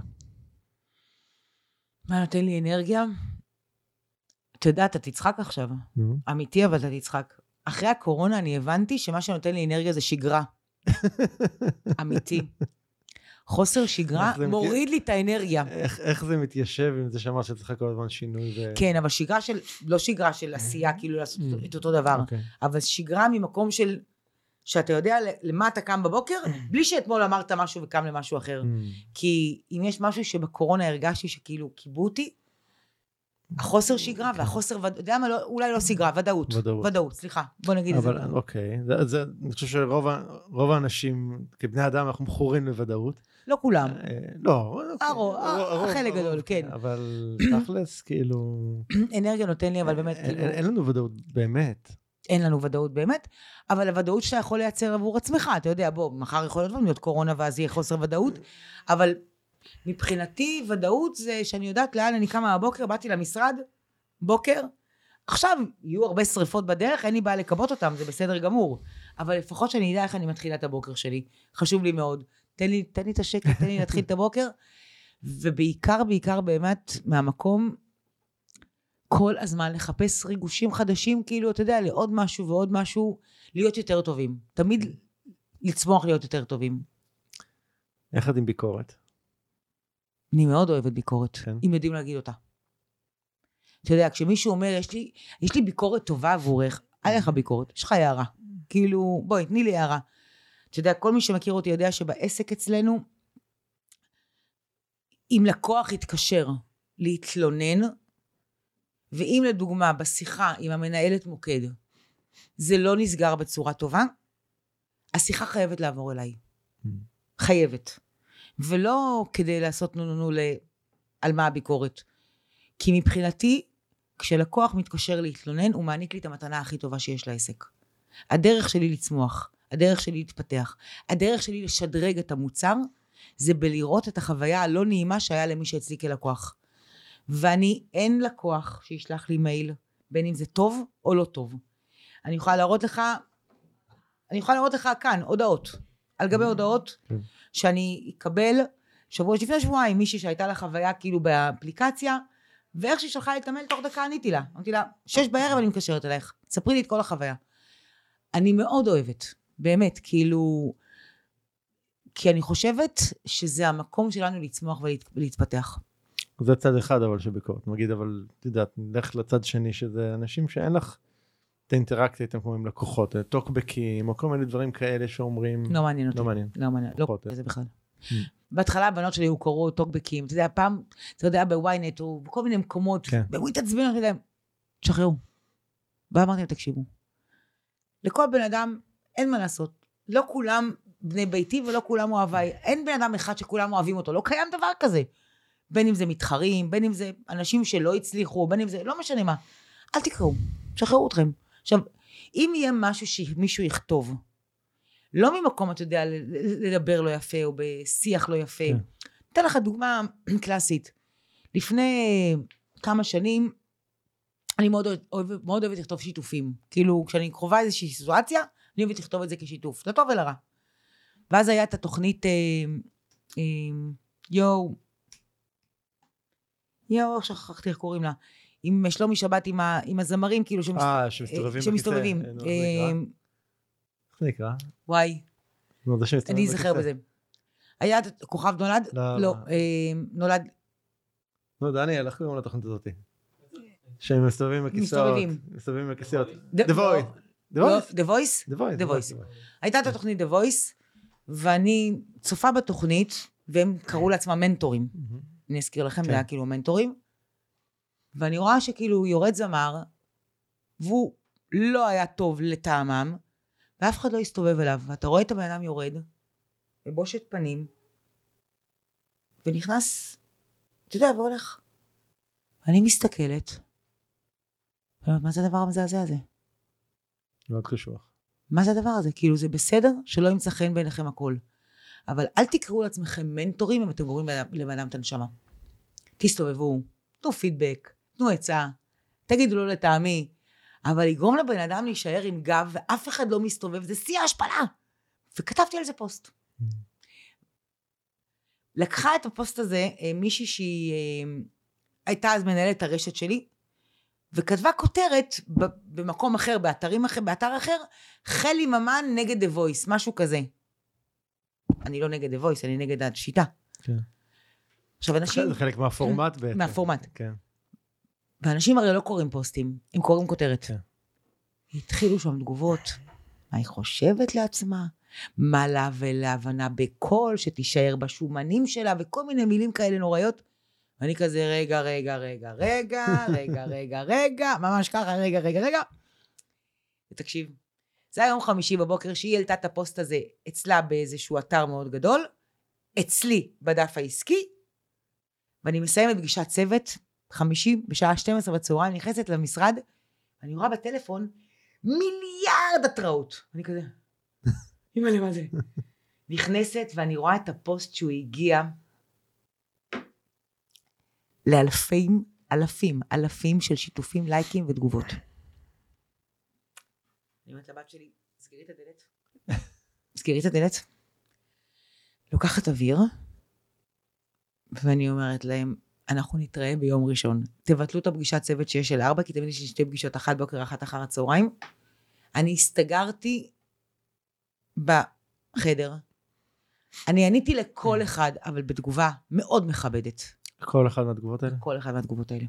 מה נותן לי אנרגיה? אתה יודע, אתה תצחק עכשיו. אמיתי, אבל אתה תצחק. אחרי הקורונה אני הבנתי שמה שנותן לי אנרגיה זה שגרה. אמיתי. חוסר שגרה מוריד לי את האנרגיה. איך זה מתיישב עם זה שאמר שצריך כל הזמן שינוי? כן, אבל שגרה של, לא שגרה של עשייה, כאילו לעשות את אותו דבר, אבל שגרה ממקום של, שאתה יודע למה אתה קם בבוקר, בלי שאתמול אמרת משהו וקם למשהו אחר. כי אם יש משהו שבקורונה הרגשתי שכאילו קיבו אותי, החוסר שגרה והחוסר, יודע מה, אולי לא סגרה, ודאות, סליחה, בוא נגיד את זה. אבל אוקיי, אני חושב שרוב האנשים, כבני אדם, אנחנו מכורים לוודאות. לא כולם. לא. החלק גדול, כן. אבל תכלס, כאילו... אנרגיה נותן לי, אבל באמת, כאילו... אין לנו ודאות באמת. אין לנו ודאות באמת, אבל הוודאות שאתה יכול לייצר עבור עצמך, אתה יודע, בוא, מחר יכול להיות קורונה ואז יהיה חוסר ודאות, אבל מבחינתי ודאות זה שאני יודעת לאן אני קמה בבוקר, באתי למשרד, בוקר, עכשיו יהיו הרבה שריפות בדרך, אין לי בעיה לקבות אותם, זה בסדר גמור, אבל לפחות שאני יודע איך אני מתחילה את הבוקר שלי, חשוב לי מאוד, תן לי את השקט, תן לי להתחיל את הבוקר, ובעיקר באמת מהמקום, כל הזמן לחפש ריגושים חדשים, כאילו, אתה יודע, לעוד משהו ועוד משהו, להיות יותר טובים. תמיד לצמוח להיות יותר טובים. איך את עם ביקורת? אני מאוד אוהבת ביקורת, כן. אם יודעים להגיד אותה. אתה יודע, כשמישהו אומר, יש לי ביקורת טובה עבורך, עליך ביקורת, יש לך הערה. כאילו, בואי, תני לי הערה. אתה יודע, כל מי שמכיר אותי יודע שבעסק אצלנו, אם לקוח יתקשר להתלונן, ואם לדוגמה בשיחה עם המנהלת מוקד, זה לא נסגר בצורה טובה, השיחה חייבת לעבור אליי. חייבת. ולא כדי לעשות נו על מה הביקורת. כי מבחינתי, כשלקוח מתקשר להתלונן, הוא מעניק לי את המתנה הכי טובה שיש לעסק. הדרך שלי לצמוח, הדרך שלי להתפתח, הדרך שלי לשדרג את המוצר, זה בלראות את החוויה הלא נעימה שהיה למי שאצלי כלקוח. ואני, אין לקוח שישלח לי מייל, בין אם זה טוב או לא טוב. אני יכולה להראות לך כאן, הודעות, על גבי הודעות, שאני אקבל לפני שבועיים, מישהי שהייתה לה חוויה כאילו באפליקציה, ואיך שהיא שלחה לי את המייל, תוך דקה עניתי לה. אמרתי לה, 6 בערב אני מקשרת אליך, תספרי לי את כל החוויה. אני מאוד אוהבת, באמת, כאילו, כי אני חושבת שזה המקום שלנו לצמוח ולהתפתח. זה צד אחד אבל שביקורת, נגיד, אבל תדעת, נלך לצד שני, שזה אנשים שאין לך את האינטראקציה איתם כמו עם לקוחות, טוקבקים, או כל מיני דברים כאלה שאומרים... לא מעניין אותי. לא מעניין, לא זה בכלל. בהתחלה הבנות שלי הוא קוראו טוקבקים, אתה יודע, פעם, אתה יודע, בוויינט, או בכל מיני מקומות, והוא התעצבן, אני יודע, תשחררו. ואמרתי להם, תקשיבו. לכל בן אדם אין מה לעשות. לא כולם בני ביתי ולא כולם אוהביי. אין בן אדם אחד שכולם אוהבים אותו, לא קיים דבר כזה. בין אם זה מתחרים, בין אם זה אנשים שלא הצליחו, בין אם זה, לא משנה מה. אל תקראו, שחררו אתכם. עכשיו, אם יהיה משהו שמישהו יכתוב, לא ממקום, אתה יודע, לדבר לא יפה, או בשיח לא יפה. אתן לך דוגמה קלאסית. לפני כמה שנים, אני מאוד אוהבת לכתוב שיתופים. כאילו, כשאני קרובה איזושהי סיטואציה, אני אוהבת לכתוב את זה כשיתוף. לטוב ולרע. ואז היה את התוכנית, שכחתי איך קוראים לה, עם שלומי שבת, עם הזמרים, כאילו, שמסתובבים. איך זה נקרא? וואי. אני אזכר בזה. היה כוכב נולד? לא. נולד... לא, דניאל, איך קוראים לתוכנית הזאת? שהם מסתובבים בכיסאות. מסתובבים בכיסאות. The Voice? הייתה את התוכנית The Voice, ואני צופה בתוכנית, והם קראו לעצמם מנטורים. אני אזכיר לכם, זה היה כאילו מנטורים. ואני רואה שכאילו יורד זמר, והוא לא היה טוב לטעמם, ואף אחד לא הסתובב אליו, ואתה רואה את הבן אדם יורד, בבושת פנים, ונכנס, אתה יודע, והולך. אני מסתכלת, מה זה הדבר המזעזע הזה? מאוד קשוח. מה זה הדבר הזה? כאילו זה בסדר שלא ימצא חן בעיניכם הכל. אבל אל תקראו לעצמכם מנטורים אם אתם גורמים לבן אדם את הנשמה. תסתובבו, תנו פידבק, תנו עצה, תגידו לו לטעמי, אבל לגרום לבן אדם להישאר עם גב, ואף אחד לא מסתובב, זה שיא ההשפלה. וכתבתי על זה פוסט. לקחה את הפוסט הזה, מישהי שהיא הייתה אז מנהלת הרשת שלי, וכתבה כותרת במקום אחר, באתר אחר, חלי ממן נגד The Voice, משהו כזה. אני לא נגד The Voice, אני נגד השיטה. כן. עכשיו אנשים... זה חלק מהפורמט בעצם. מהפורמט. כן. ואנשים הרי לא קוראים פוסטים, הם קוראים כותרת. כן. התחילו שם תגובות, מה היא חושבת לעצמה, מה לה ולהבנה בקול, שתישאר בשומנים שלה, וכל מיני מילים כאלה נוראיות. ואני כזה, רגע, ממש ככה, רגע. ותקשיב, זה היום חמישי בבוקר, שהיא העלתה את הפוסט הזה אצלה באיזשהו אתר מאוד גדול, אצלי בדף העסקי, ואני מסיימת פגישת צוות, חמישי, בשעה 12 בצהריים, נכנסת למשרד, ואני רואה בטלפון, מיליארד התראות. אני כזה, אימא למה זה? נכנסת ואני רואה את הפוסט שהוא הגיע אלפים של שיתופים, לייקים ותגובות. אני אומרת לבת שלי, סגרי את הדלת. לוקחת אוויר, ואני אומרת להם, אנחנו נתראה ביום ראשון. תבטלו את הפגישת צוות שיש של 4, כי תמיד יש לי 2 פגישות, 1 בוקר, 1 אחר הצהריים. אני הסתגרתי בחדר. אני עניתי לכל אחד, אבל בתגובה מאוד מכבדת. כל אחד מהתגובות האלה? כל אחד מהתגובות האלה.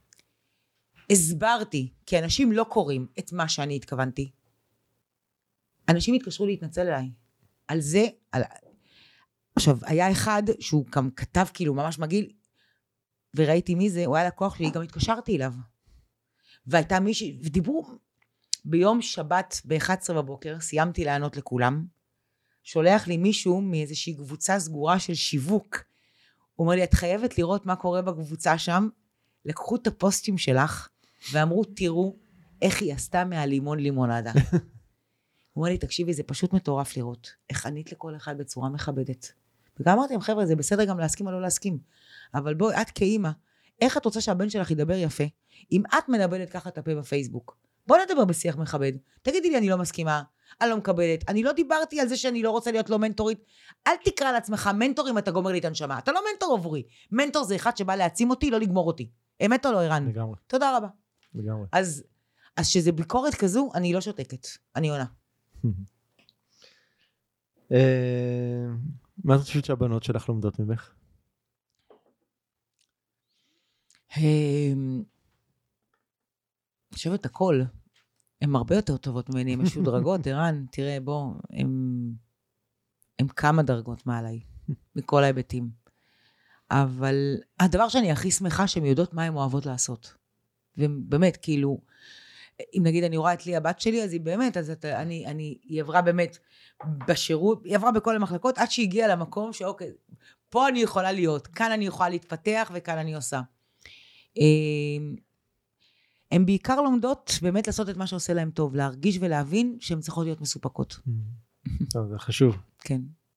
הסברתי, כי אנשים לא קוראים את מה שאני התכוונתי. אנשים התקשרו להתנצל אליי. על זה, עכשיו, היה אחד שהוא גם כתב כאילו ממש מגעיל, וראיתי מי זה, הוא היה לקוח שלי, גם התקשרתי אליו. והייתה מישהי, ודיברו ביום שבת ב-11 בבוקר, סיימתי לענות לכולם, שולח לי מישהו מאיזושהי קבוצה סגורה של שיווק, הוא אומר לי, את חייבת לראות מה קורה בקבוצה שם, לקחו את הפוסטים שלך, ואמרו, תראו איך היא עשתה מהלימון לימונדה. הוא אומר לי, תקשיבי, זה פשוט מטורף לראות, איך ענית לכל אחד בצורה מכבדת. וגם אמרתי להם, חבר'ה, זה בסדר גם להסכים או לא להסכים, אבל בואי, את כאימא, איך את רוצה שהבן שלך ידבר יפה, אם את מנבלת ככה את הפה בפייסבוק? בואי נדבר בשיח מכבד, תגידי לי, אני לא מסכימה, אני לא מקבלת, אני לא דיברתי על זה שאני לא רוצה להיות לא מנטורית, אל תקרא לעצמך מנטור אם אתה גומר לי את הנשמה, אתה לא מנטור עבורי, מנטור זה אחד שבא להעצים אותי, לא לגמור אותי, אמת או לא ערן? לגמרי. תודה רבה. לגמרי. אז שזה ביקורת כזו, אני לא שותקת, אני עונה. מה זאת חושבת שהבנות שלך לומדות ממך? אני חושבת הכל, הן הרבה יותר טובות ממני, הן משודרגות, ערן, תראה, בוא, הן כמה דרגות מעליי, מכל ההיבטים. אבל הדבר שאני הכי שמחה, שהן יודעות מה הן אוהבות לעשות. ובאמת, כאילו, אם נגיד אני רואה את לי הבת שלי, אז היא באמת, היא עברה באמת בשירות, היא עברה בכל המחלקות, עד שהיא הגיעה למקום שאוקיי, פה אני יכולה להיות, כאן אני יכולה להתפתח, וכאן אני עושה. הן בעיקר לומדות באמת לעשות את מה שעושה להם טוב, להרגיש ולהבין שהן צריכות להיות מסופקות. טוב, זה חשוב. כן.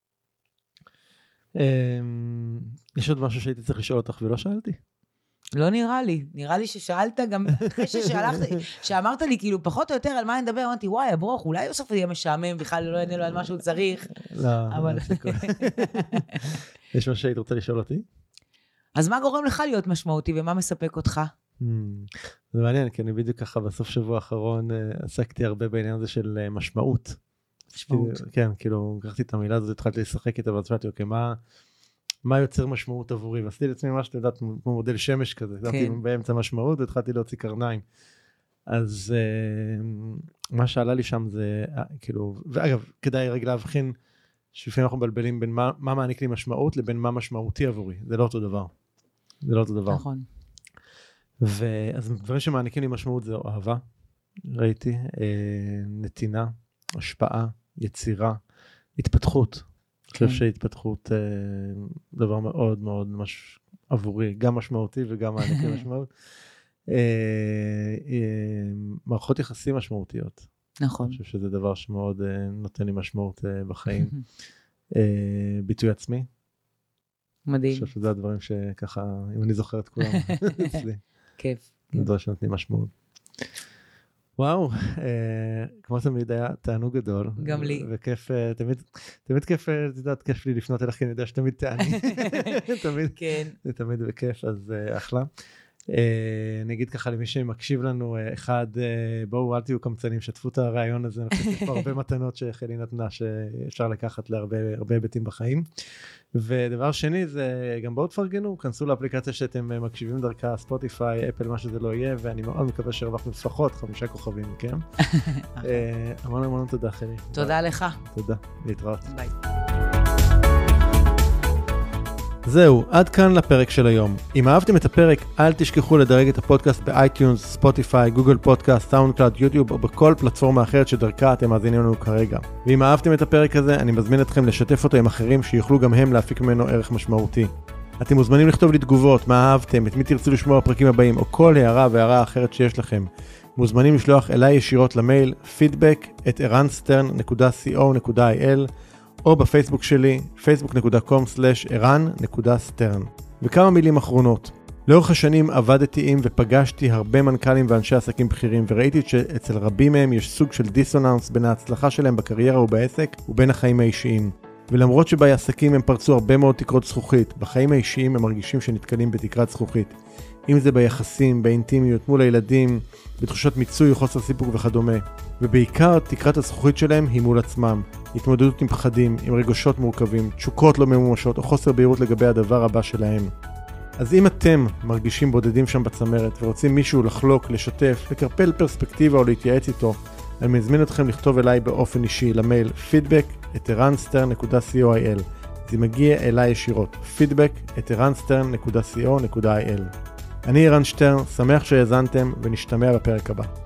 יש עוד משהו שהייתי צריך לשאול אותך ולא שאלתי? לא נראה לי ששאלת גם אחרי שאמרת לי כאילו פחות או יותר על מה אני מדבר, אמרתי וואי הברוך, אולי בסוף יהיה משעמם, בכלל לא יענה לו על מה שהוא צריך. לא, יש משהו שהיית רוצה לשאול אותי? אז מה גורם לך להיות משמעותי ומה מספק אותך? זה מעניין, כי אני בדיוק ככה בסוף שבוע האחרון עסקתי הרבה בעניין הזה של משמעות. כן, כאילו, לקחתי את המילה הזאת, התחלתי לשחק איתה, ואז שאלתי, אוקיי, מה יוצר משמעות עבורי? ועשיתי לעצמי מה שאתה יודעת, כמו מודל שמש כזה, התחלתי באמצע משמעות, והתחלתי להוציא קרניים. אז מה שעלה לי שם זה, כאילו, ואגב, כדאי רגע להבחין, שלפעמים אנחנו מבלבלים בין מה מעניק לי משמעות, לבין מה משמעותי עבורי. זה לא אותו דבר. זה לא אותו דבר. נכון. אז דברים שמעניקים לי משמעות זה אהבה, ראיתי, נתינה, השפעה, יצירה, התפתחות. אני חושב שהתפתחות דבר מאוד מאוד עבורי, גם משמעותי וגם מעניק לי משמעות. מערכות יחסים משמעותיות. נכון. אני חושב שזה דבר שמאוד נותן לי משמעות בחיים. ביטוי עצמי. מדהים. אני חושב שזה הדברים שככה, אם אני זוכר את כולם, אצלי. כיף. זה דבר שנותנים משמעות. וואו, כמו תמיד היה תענוג גדול. גם לי. וכיף, תמיד כיף, את יודעת, כיף לי לפנות אליך, כי אני יודע שתמיד תעני. תמיד. כן. זה תמיד בכיף, אז אחלה. אני אגיד ככה למי שמקשיב לנו, אחד, בואו אל תהיו קמצנים, שתפו את הרעיון הזה, אני חושב שיש פה הרבה מתנות שחלי נתנה, שאפשר לקחת להרבה היבטים בחיים. ודבר שני, זה גם בואו תפרגנו, כנסו לאפליקציה שאתם מקשיבים דרכה, ספוטיפיי, אפל, מה שזה לא יהיה, ואני מאוד מקווה שהרווחנו לפחות 5 כוכבים מכם. המון תודה, חלי. תודה לך. תודה, להתראות. ביי. זהו, עד כאן לפרק של היום. אם אהבתם את הפרק, אל תשכחו לדרג את הפודקאסט באייטיונס, ספוטיפיי, גוגל פודקאסט, סאונדקלאוד, יוטיוב או בכל פלטפורמה אחרת שדרכה אתם מאזינים לנו כרגע. ואם אהבתם את הפרק הזה, אני מזמין אתכם לשתף אותו עם אחרים שיוכלו גם הם להפיק ממנו ערך משמעותי. אתם מוזמנים לכתוב לי תגובות, מה אהבתם, את מי תרצו לשמוע בפרקים הבאים, או כל הערה והערה אחרת שיש לכם. מוזמנים לשלוח אליי ישירות למייל feedback@eranstern.co.il או בפייסבוק שלי facebook.com/eran.stern. וכמה מילים אחרונות. לאורך השנים עבדתי עם ופגשתי הרבה מנכ"לים ואנשי עסקים בכירים, וראיתי שאצל רבים מהם יש סוג של דיסוננס בין ההצלחה שלהם בקריירה ובעסק ובין החיים האישיים. ולמרות שבעסקים הם פרצו הרבה מאוד תקרות זכוכית, בחיים האישיים הם מרגישים שנתקלים בתקרת זכוכית. אם זה ביחסים, באינטימיות, מול הילדים, בתחושות מיצוי, חוסר סיפוק וכדומה. ובעיקר תקרת הזכוכית שלהם היא מול עצמם. התמודדות עם פחדים, עם רגשות מורכבים, תשוקות לא ממומשות או חוסר בהירות לגבי הדבר הבא שלהם. אז אם אתם מרגישים בודדים שם בצמרת ורוצים מישהו לחלוק, לשתף, לקרפל פרספקטיבה או להתייעץ איתו, אני מזמין אתכם לכתוב אליי באופן אישי למייל feedback@eranstern.co.il. זה מגיע אליי ישירות, feedback@eranstern.co.il. אני ערן שטרן, שמח שהאזנתם ונשתמע בפרק הבא.